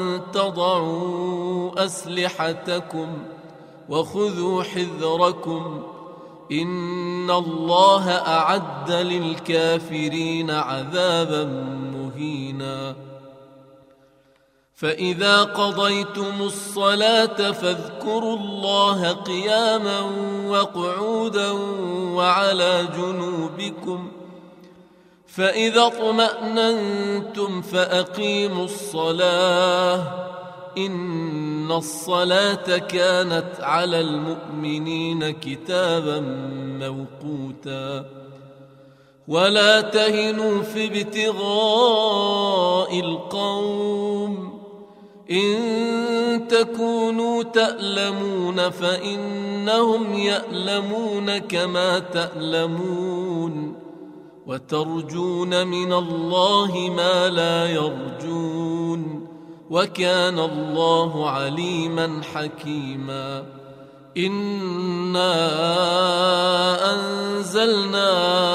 تضعوا أسلحتكم وخذوا حذركم، إن الله أعد للكافرين عذابا مهينا. فإذا قضيتم الصلاة فاذكروا الله قياما وقعودا وعلى جنوبكم، فإذا اطمأننتم فأقيموا الصلاة إن الصلاة كانت على المؤمنين كتابا موقوتا ولا تهنوا في ابتغاء القوم إن تكونوا تألمون فإنهم يألمون كما تألمون وترجون من الله ما لا يرجون وكان الله عليما حكيما إنا أنزلنا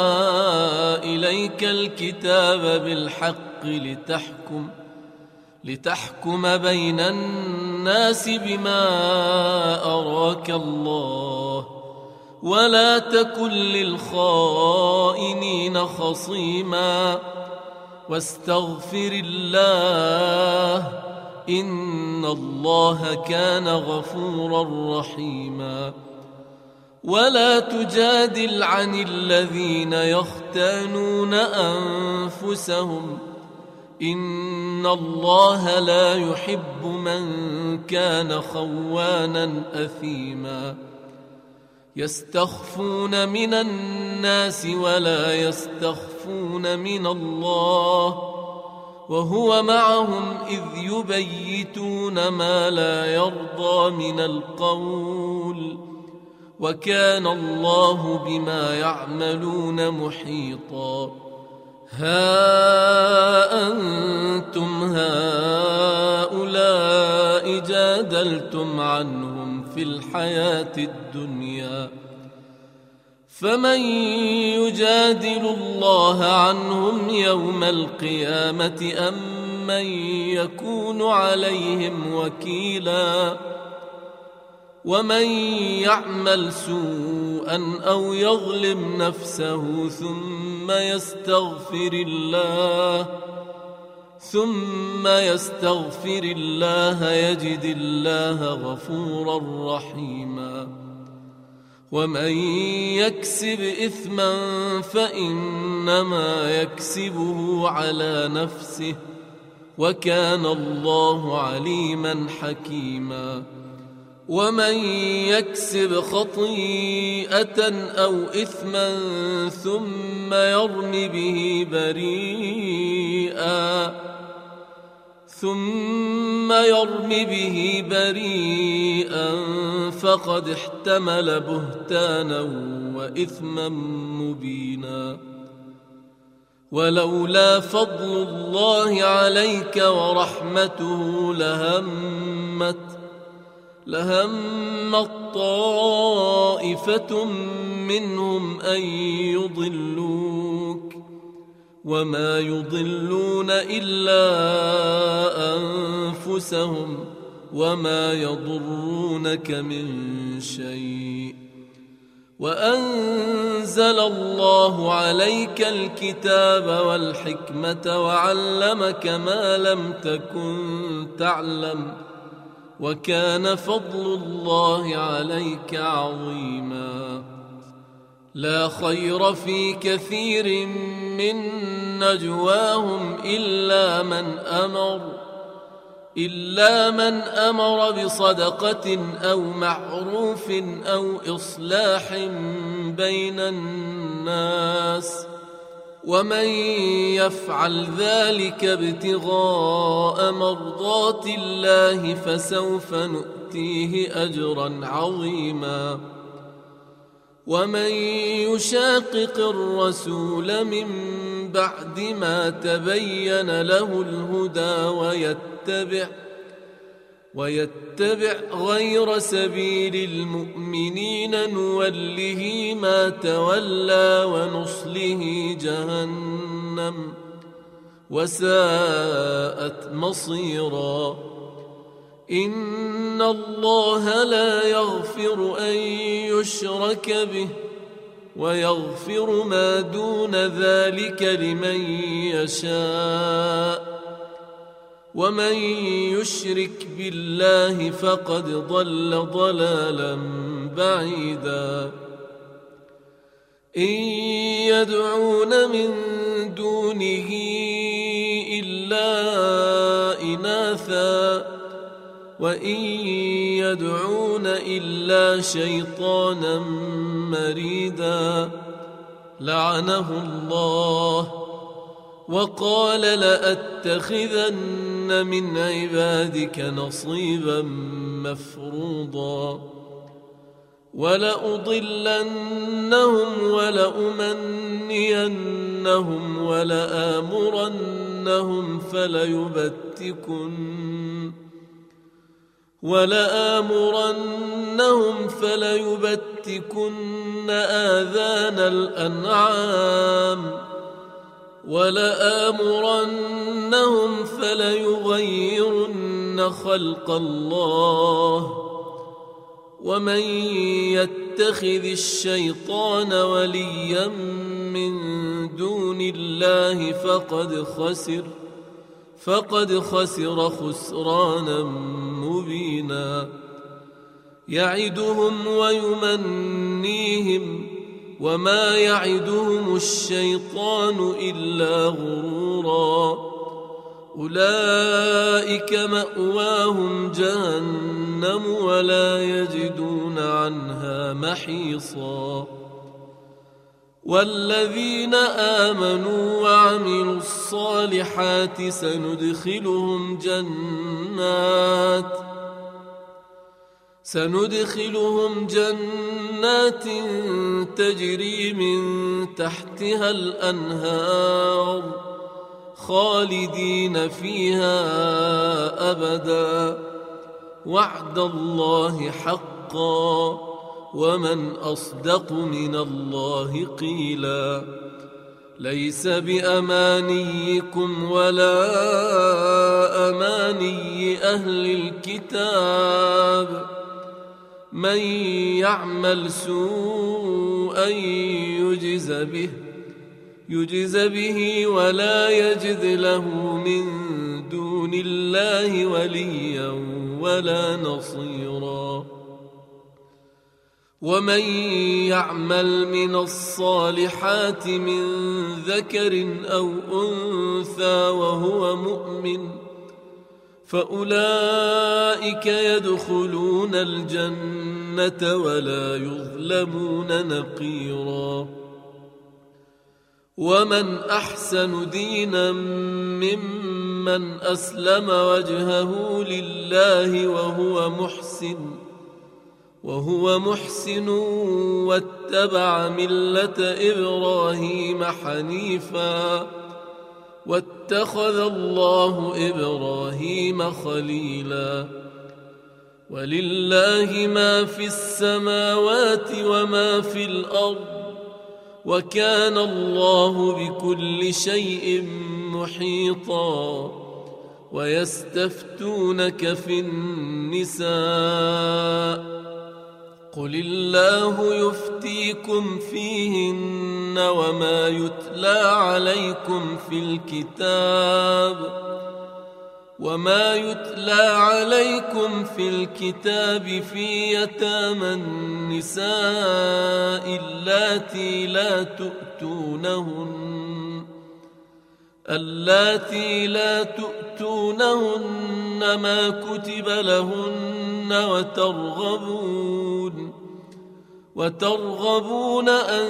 إليك الكتاب بالحق لتحكم لتحكم بين الناس بما أراك الله ولا تكن للخائنين خصيما واستغفر الله إن الله كان غفورا رحيما ولا تجادل عن الذين يختانون أنفسهم إن الله لا يحب من كان خوانا أثيما يستخفون من الناس ولا يستخفون من الله وهو معهم إذ يبيتون ما لا يرضى من القول وكان الله بما يعملون محيطا ها أنتم هؤلاء جادلتم عنهم في الحياة الدنيا فمن يجادل الله عنهم يوم القيامة أم من يكون عليهم وكيلا ومن يعمل سوءا أو يظلم نفسه ثم يستغفر الله ثم يستغفر الله يجد الله غفورا رحيما ومن يكسب إثما فإنما يكسبه على نفسه وكان الله عليما حكيما ومن يكسب خطيئة أو إثما ثم يرم به بريئا ثم يرم به بريئا فقد احتمل بهتانا وإثما مبينا ولولا فضل الله عليك ورحمته لهمت لهمت طائفة منهم أن يضلوك وما يضلون إلا أنفسهم وما يضرونك من شيء وأنزل الله عليك الكتاب والحكمة وعلمك ما لم تكن تعلم وكان فضل الله عليك عظيما لا خير في كثير من نجواهم إلا من أمر إلا من أمر بصدقة أو معروف أو إصلاح بين الناس ومن يفعل ذلك ابتغاء مرضات الله فسوف نؤتيه أجرا عظيما ومن يشاقق الرسول من بعد ما تبين له الهدى ويتبع ويتبع غير سبيل المؤمنين نوله ما تولى ونصله جهنم وساءت مصيرا إن الله لا يغفر أن يشرك به ويغفر ما دون ذلك لمن يشاء ومن يشرك بالله فقد ضل ضلالا بعيدا إن يدعون من دونه إلا إناثا وإن يدعون إلا شيطانا مريدا لعنه الله وقال لأتخذن من عبادك نصيبا مفروضا ولأضلنهم ولأمنينهم ولآمرنهم فليبتكن ولآمرنهم فليبتكن آذان الأنعام ولآمرنهم فليغيرن خلق الله ومن يتخذ الشيطان وليا من دون الله فقد خسر فقد خسر خسرانا مبينا يعدهم ويمنيهم وما يعدهم الشيطان إلا غرورا أولئك مأواهم جهنم ولا يجدون عنها محيصا والذين آمنوا وعملوا الصالحات سندخلهم جنات سندخلهم جنات تجري من تحتها الأنهار خالدين فيها أبدا وعد الله حقا ومن أصدق من الله قيلا ليس بأمانيكم ولا أماني أهل الكتاب من يعمل سوءا يجز به يجز به ولا يجد له من دون الله وليا ولا نصيرا ومن يعمل من الصالحات من ذكر أو أنثى وهو مؤمن فأولئك يدخلون الجنة ولا يظلمون نقيرا ومن أحسن دينا ممن أسلم وجهه لله وهو محسن وهو محسن واتبع ملة إبراهيم حنيفا واتخذ الله إبراهيم خليلا ولله ما في السماوات وما في الأرض وكان الله بكل شيء محيطا ويستفتونك في النساء قل الله يفتيكم فيهن وما يتلى عليكم في الكتاب وما يتلى عليكم في الكتاب في يتامى النساء اللاتي لا تؤتونهن اللاتي لا تؤتونهن ما كتب لهن وترغبون وترغبون أن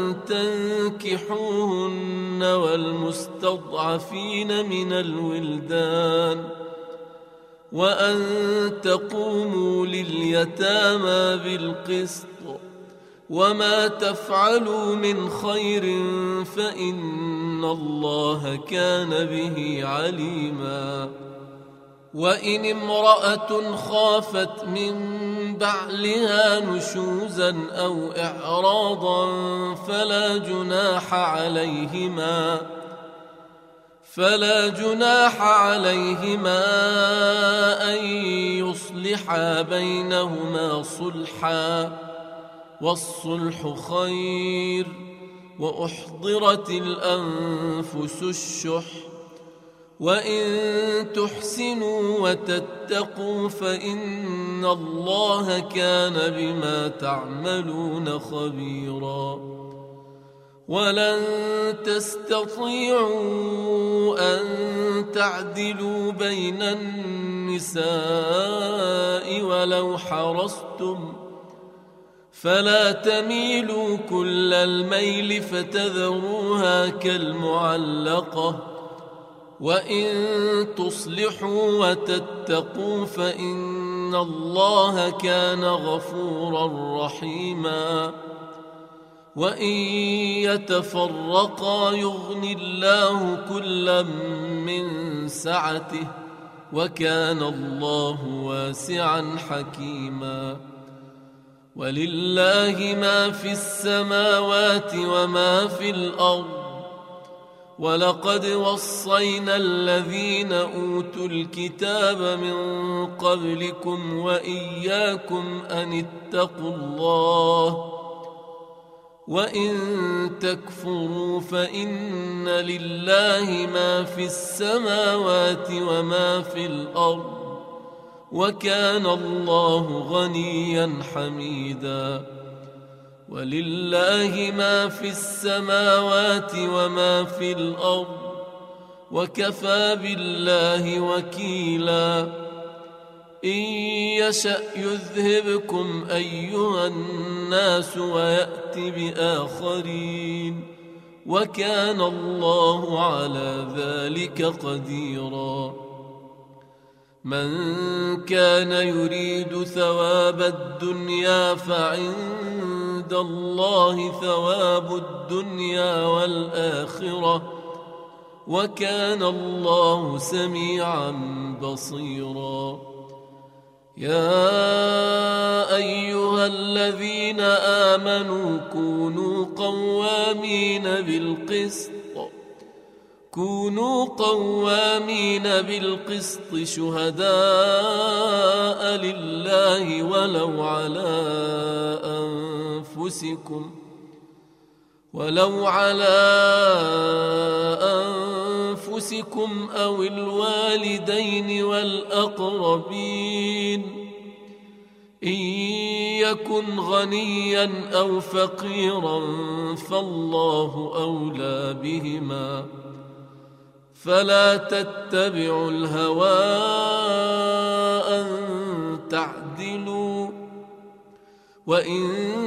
تنكحوهن والمستضعفين من الولدان وأن تقوموا لليتامى بالقسط وما تفعلوا من خير فإن الله كان به عليما وإن امرأة خافت من بعلها نشوزا أو إعراضا فلا جناح عليهما فلا جناح عليهما أن يصلحا بينهما صلحا والصلح خير وأحضرت الأنفس الشح وإن تحسنوا وتتقوا فإن الله كان بما تعملون خبيرا ولن تستطيعوا أن تعدلوا بين النساء ولو حرصتم، فلا تميلوا كل الميل فتذروها كالمعلقة، وإن تصلحوا وتتقوا فإن الله كان غفورا رحيما. وإن يتفرقا يغن الله كلا من سعته، وكان الله واسعا حكيما. ولله ما في السماوات وما في الأرض، ولقد وصينا الذين أوتوا الكتاب من قبلكم وإياكم أن اتقوا الله، وإن تكفروا فإن لله ما في السماوات وما في الأرض، وكان الله غنيا حميدا. ولله ما في السماوات وما في الأرض، وكفى بالله وكيلا. إن يشأ يذهبكم أيها الناس ويأت بآخرين، وكان الله على ذلك قديرا. من كان يريد ثواب الدنيا فعند الله ثواب الدنيا والآخرة، وكان الله سميعا بصيرا. يا أيها الذين آمنوا كونوا قوامين بالقسط كونوا قوامين بالقسط شهداء لله ولو على أنفسكم ولو على أنفسكم أو الوالدين والأقربين، إن يكن غنيا أو فقيرا فالله أولى بهما، فلا تتبعوا الهوى أن تعدلوا، وإن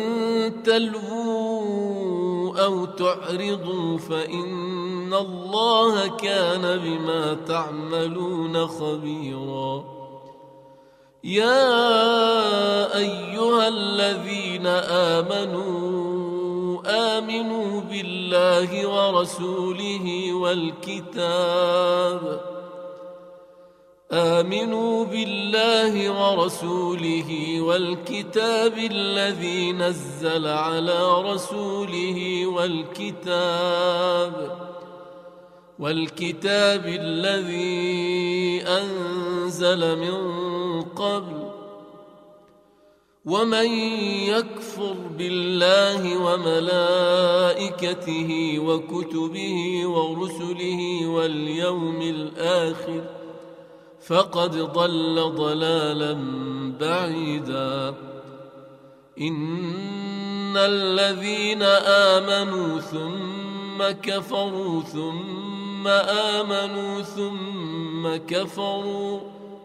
تلووا أو تعرضوا فإن الله كان بما تعملون خبيرا. يا أيها الذين آمنوا آمنوا بالله ورسوله والكتاب آمنوا بالله ورسوله والكتاب الذي نزل على رسوله والكتاب والكتاب الذي أنزل من قبل، ومن يكفر بالله وملائكته وكتبه ورسله واليوم الآخر فقد ضل ضلالا بعيدا. إن الذين آمنوا ثم كفروا ثم آمنوا ثم كفروا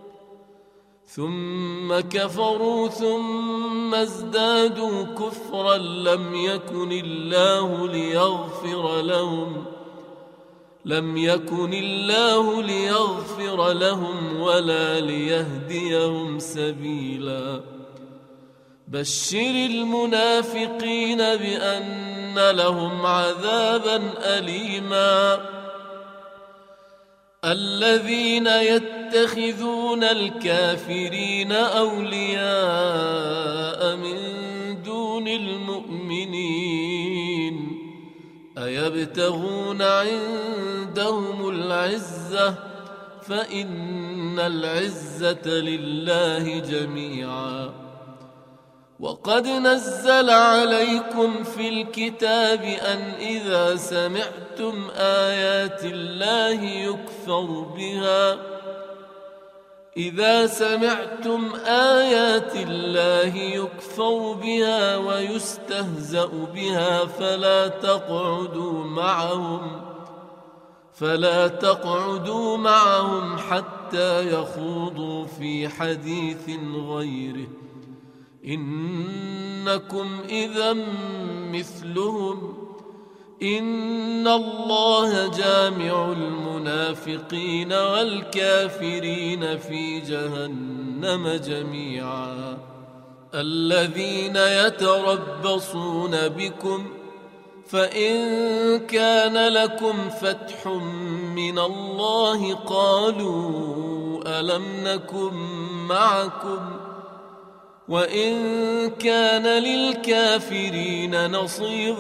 ثم كفروا ثم ازدادوا كفرا لم يكن الله ليغفر لهم لم يكن الله ليغفر لهم ولا ليهديهم سبيلا. بشر المنافقين بأن لهم عذابا أليما. الذين يتخذون الكافرين أولياء من دون المؤمنين أيبتغون عندهم العزة فإن العزة لله جميعا. وقد نزل عليكم في الكتاب أن إذا سمعتم آيات الله يكفر بها إذا سمعتم آيات الله يكفر بها ويستهزأ بها فلا تقعدوا معهم فلا تقعدوا معهم حتى يخوضوا في حديث غيره إنكم إذا مثلهم إن الله جامع المنافقين والكافرين في جهنم جميعا الذين يتربصون بكم فإن كان لكم فتح من الله قالوا ألم نكن معكم وإن كان للكافرين نصيب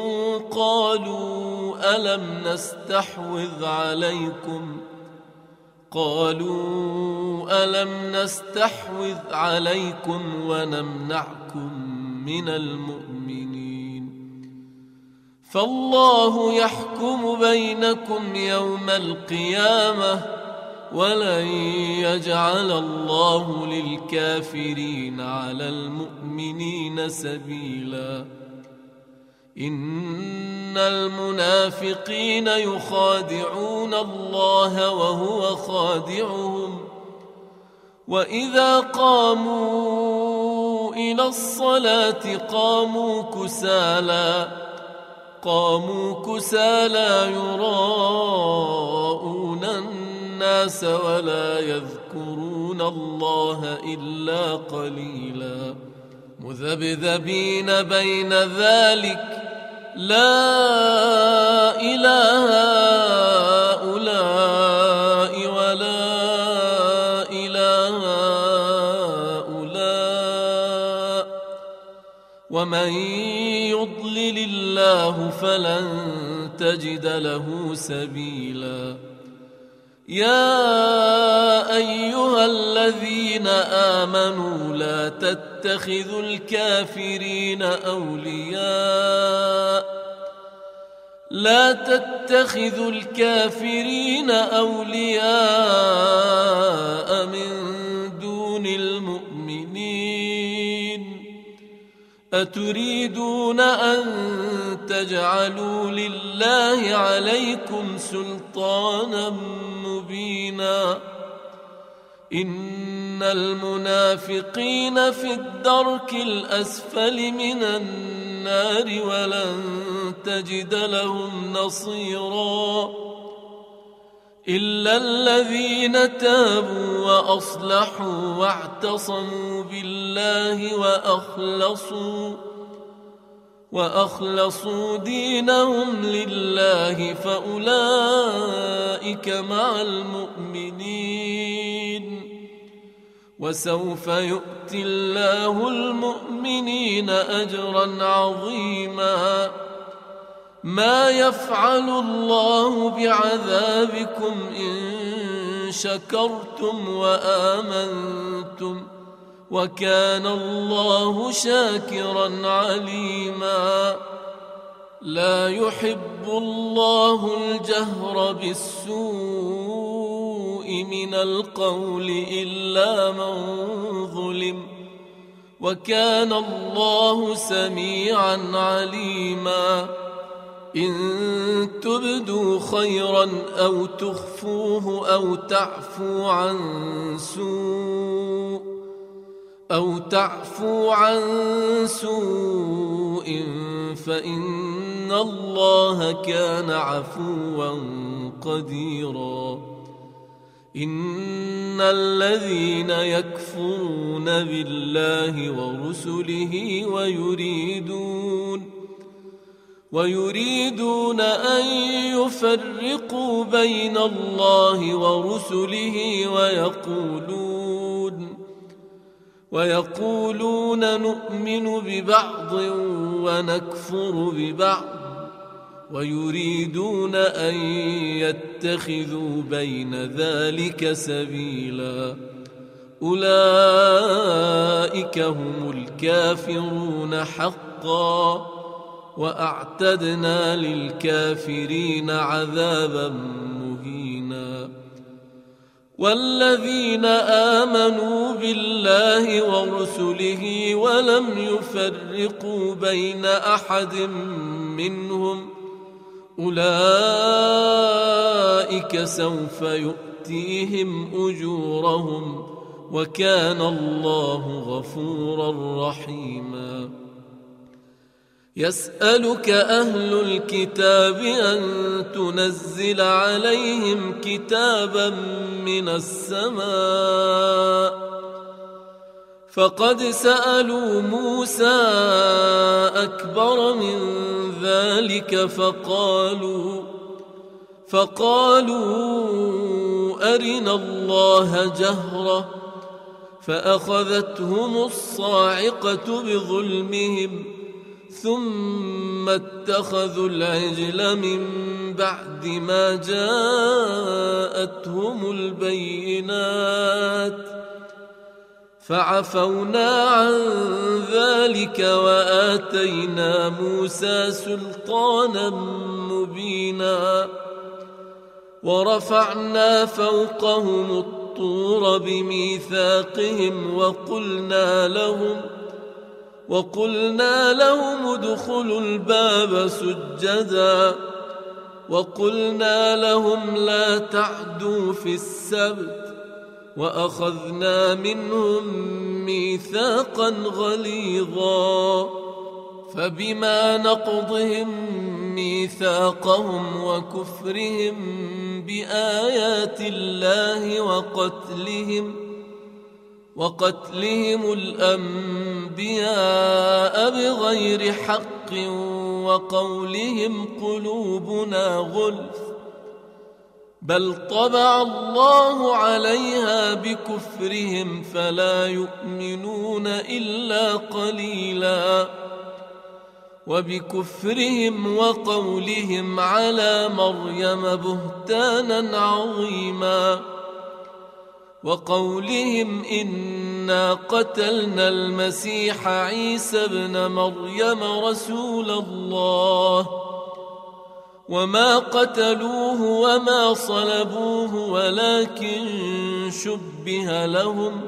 قالوا ألم نستحوذ عليكم قالوا ألم نستحوذ عليكم ونمنعكم من المؤمنين فالله يحكم بينكم يوم القيامة ولن يجعل الله للكافرين على المؤمنين سبيلا إن المنافقين يخادعون الله وهو خادعهم وإذا قاموا إلى الصلاة قاموا كسالى قاموا كسالى يراءون الناس ولا يذكرون الله إلا قليلا مذبذبين بين ذلك لا إله هؤلاء ولا إله هؤلاء ومن يضلل الله فلن تجد له سبيلا يا أيها الذين آمنوا لا تتخذوا الكافرين أولياء لا تتخذوا الكافرين أولياء من دون المؤمنين أتريدون أن تجعلوا لله عليكم سلطانا مبينا إن المنافقين في الدرك الأسفل من النار ولن تجد لهم نصيرا إلا الذين تابوا وأصلحوا واعتصموا بالله وأخلصوا وأخلصوا دينهم لله فأولئك مع المؤمنين وسوف يؤتي الله المؤمنين أجرا عظيما ما يفعل الله بعذابكم إن شكرتم وآمنتم وكان الله شاكرا عليما لا يحب الله الجهر بالسوء من القول إلا من ظلم وكان الله سميعا عليما إن تبدوا خيرا أو تخفوه أو تعفو عن سوء أو تعفو عن سوء فإن الله كان عفوا قديرا إن الذين يكفرون بالله ورسله ويريدون ويريدون أن يفرقوا بين الله ورسله ويقولون ويقولون نؤمن ببعض ونكفر ببعض ويريدون أن يتخذوا بين ذلك سبيلا أولئك هم الكافرون حقا وأعتدنا للكافرين عذابا مهينا والذين آمنوا بالله ورسله ولم يفرقوا بين أحد منهم أولئك سوف يؤتيهم أجورهم وكان الله غفورا رحيما. يسألك أهل الكتاب أن تنزل عليهم كتابا من السماء فقد سألوا موسى أكبر من ذلك فقالوا فقالوا أرنا الله جهرة فأخذتهم الصاعقة بظلمهم ثم اتخذوا العجل من بعد ما جاءتهم البينات فعفونا عن ذلك وآتينا موسى سلطانا مبينا ورفعنا فوقهم الطور بميثاقهم وقلنا لهم وقلنا لهم ادخلوا الباب سجدا وقلنا لهم لا تعدوا في السبت وأخذنا منهم ميثاقا غليظا فبما نقضهم ميثاقهم وكفرهم بآيات الله وقتلهم وقتلهم الأنبياء بغير حق وقولهم قلوبنا غلف بل طبع الله عليها بكفرهم فلا يؤمنون إلا قليلا وبكفرهم وقولهم على مريم بهتانا عظيما وقولهم إنا قتلنا المسيح عيسى ابن مريم رسول الله وما قتلوه وما صلبوه ولكن شبه لهم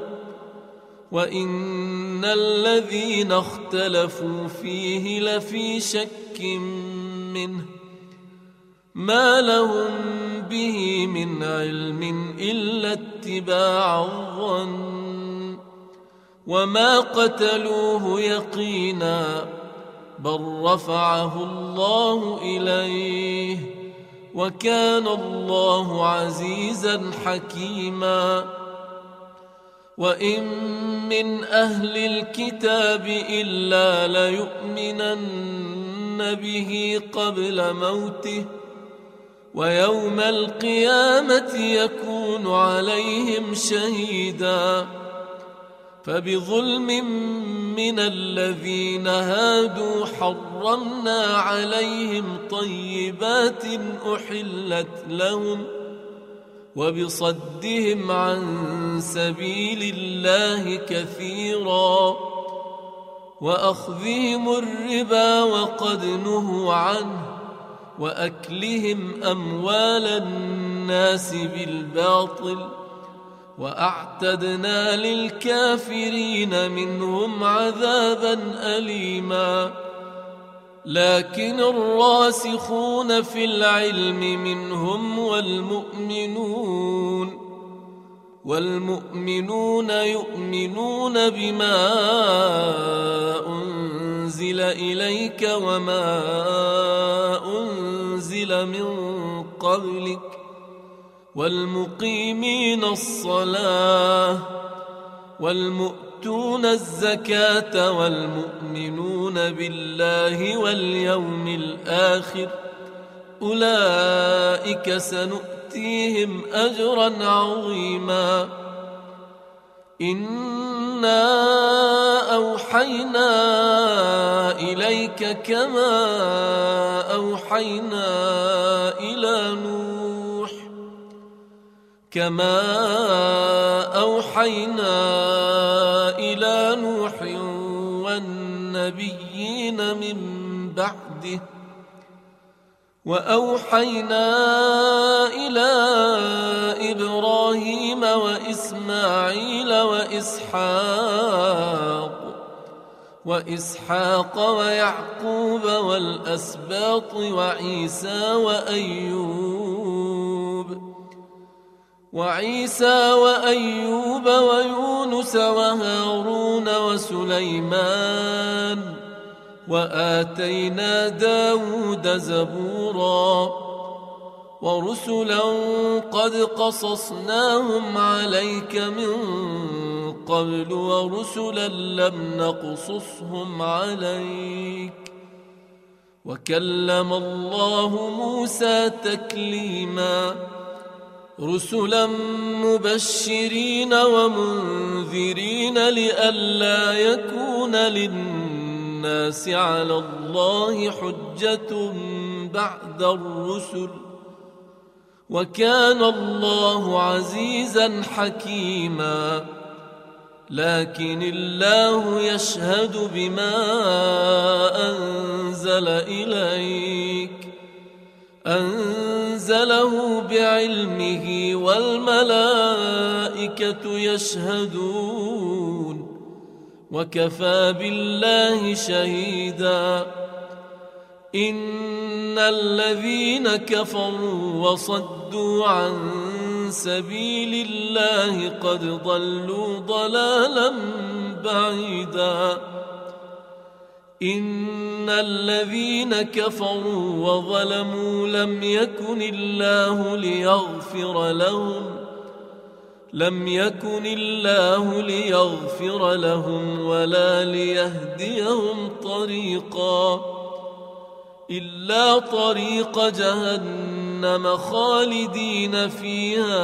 وإن الذين اختلفوا فيه لفي شك منه ما لهم به من علم إلا اتباع الظن وما قتلوه يقينا بل رفعه الله إليه وكان الله عزيزا حكيما. وإن من أهل الكتاب إلا ليؤمنن به قبل موته ويوم القيامة يكون عليهم شهيدا فبظلم من الذين هادوا حرمنا عليهم طيبات أحلت لهم وبصدهم عن سبيل الله كثيرا وأخذهم الربا وقد نهوا عنه وأكلهم أموال الناس بالباطل وأعتدنا للكافرين منهم عذابا أليما. لكن الراسخون في العلم منهم والمؤمنون والمؤمنون يؤمنون بما أنزل إليك وما أنزل من قبلك والمقيمين الصلاة والمؤتون الزكاة والمؤمنون بالله واليوم الآخر أولئك سنؤتيهم أجرا عظيما. إنا أوحينا إليك كما أوحينا إلى نوح كما أوحينا إلى نوح والنبيين من بعده وأوحينا إلى إبراهيم وإسماعيل وإسحاق وإسحاق ويعقوب والأسباط وعيسى وأيوب وعيسى وأيوب ويونس وهارون وسليمان وآتينا داود زبورا ورسلا قد قصصناهم عليك من قبل ورسلا لم نقصصهم عليك وكلم الله موسى تكليما رسلا مبشرين ومنذرين لئلا يكون للناس على الله حجة بعد الرسل وكان الله عزيزا حكيما لكن الله يشهد بما أنزل إليك أنزله بعلمه والملائكة يشهدون وكفى بالله شهيدا إن الذين كفروا وصدوا عن سبيل الله قد ضلوا ضلالا بعيدا إن الذين كفروا وظلموا لم يكن الله ليغفر لهم لم يكن الله ليغفر لهم ولا ليهديهم طريقا إلا طريق جهنم خالدين فيها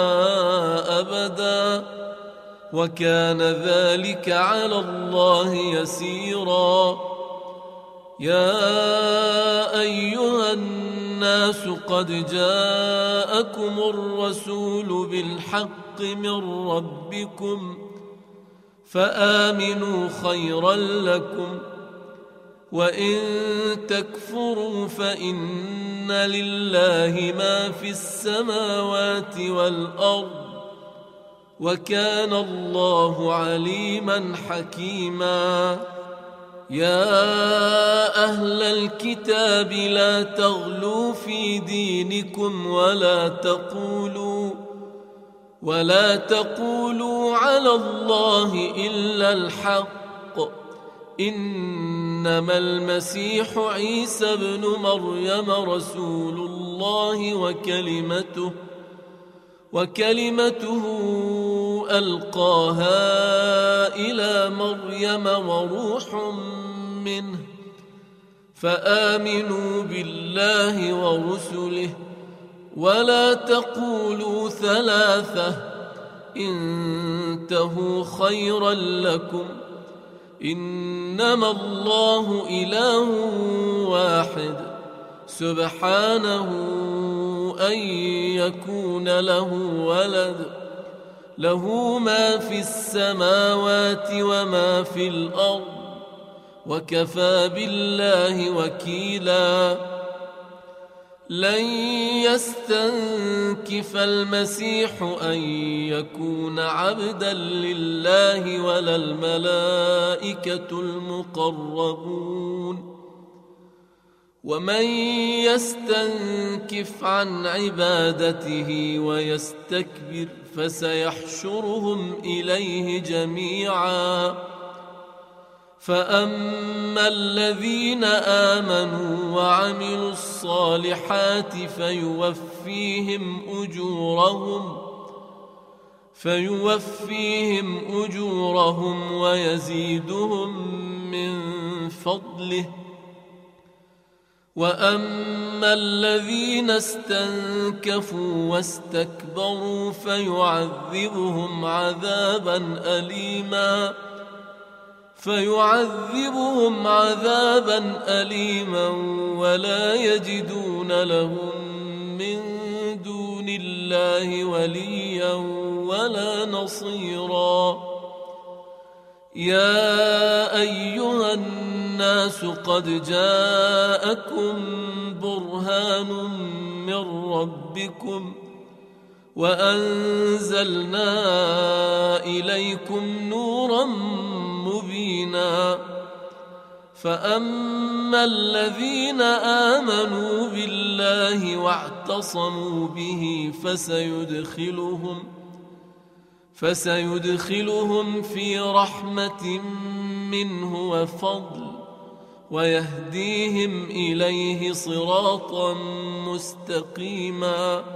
أبدا وكان ذلك على الله يسيرا يا أيها الناس قد جاءكم الرسول بالحق من ربكم فآمنوا خيرا لكم وإن تكفروا فإن لله ما في السماوات والأرض وكان الله عليما حكيما يا أهل الكتاب لا تغلوا في دينكم ولا تقولوا ولا تقولوا على الله إلا الحق إنما المسيح عيسى ابن مريم رسول الله وكلمته وكلمته ألقاها إلى مريم وروح منه فآمنوا بالله ورسله ولا تقولوا ثلاثة انتهوا خيرا لكم إنما الله إله واحد سبحانه أن يكون له ولد له ما في السماوات وما في الأرض وكفى بالله وكيلا لن يستنكف المسيح أن يكون عبدا لله ولا الملائكة المقربون ومن يستنكف عن عبادته ويستكبر فسيحشرهم إليه جميعا فأما الذين آمنوا وعملوا الصالحات فيوفيهم أجورهم فيوفيهم أجورهم ويزيدهم من فضله وأما الذين استنكفوا واستكبروا فيعذبهم عذابا أليما فيعذبهم عذابا أليما ولا يجدون لهم من دون الله وليا ولا نصيرا يا أيها الناس قد جاءكم برهان من ربكم وأنزلنا إليكم نورا مبينا فأما الذين آمنوا بالله واعتصموا به فسيدخلهم فسيدخلهم في رحمة منه وفضل ويهديهم إليه صراطا مستقيما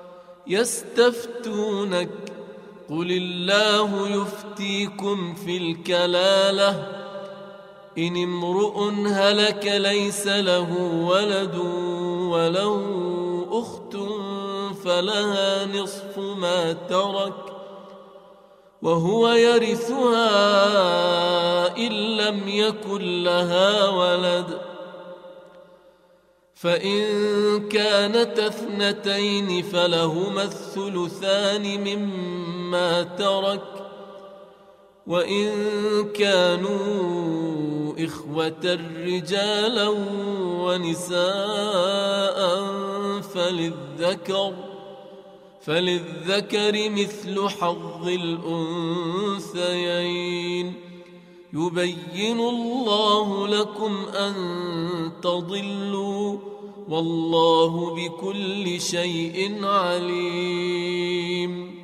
يستفتونك قل الله يفتيكم في الكلالة إن امرؤ هلك ليس له ولد وله أخت فلها نصف ما ترك وهو يرثها إن لم يكن لها ولد فإن كانت اثنتين فلهما الثلثان مما ترك وإن كانوا إخوة رجالا ونساء فللذكر فللذكر مثل حظ الأنثيين يبين الله لكم أن تضلوا والله بكل شيء عليم.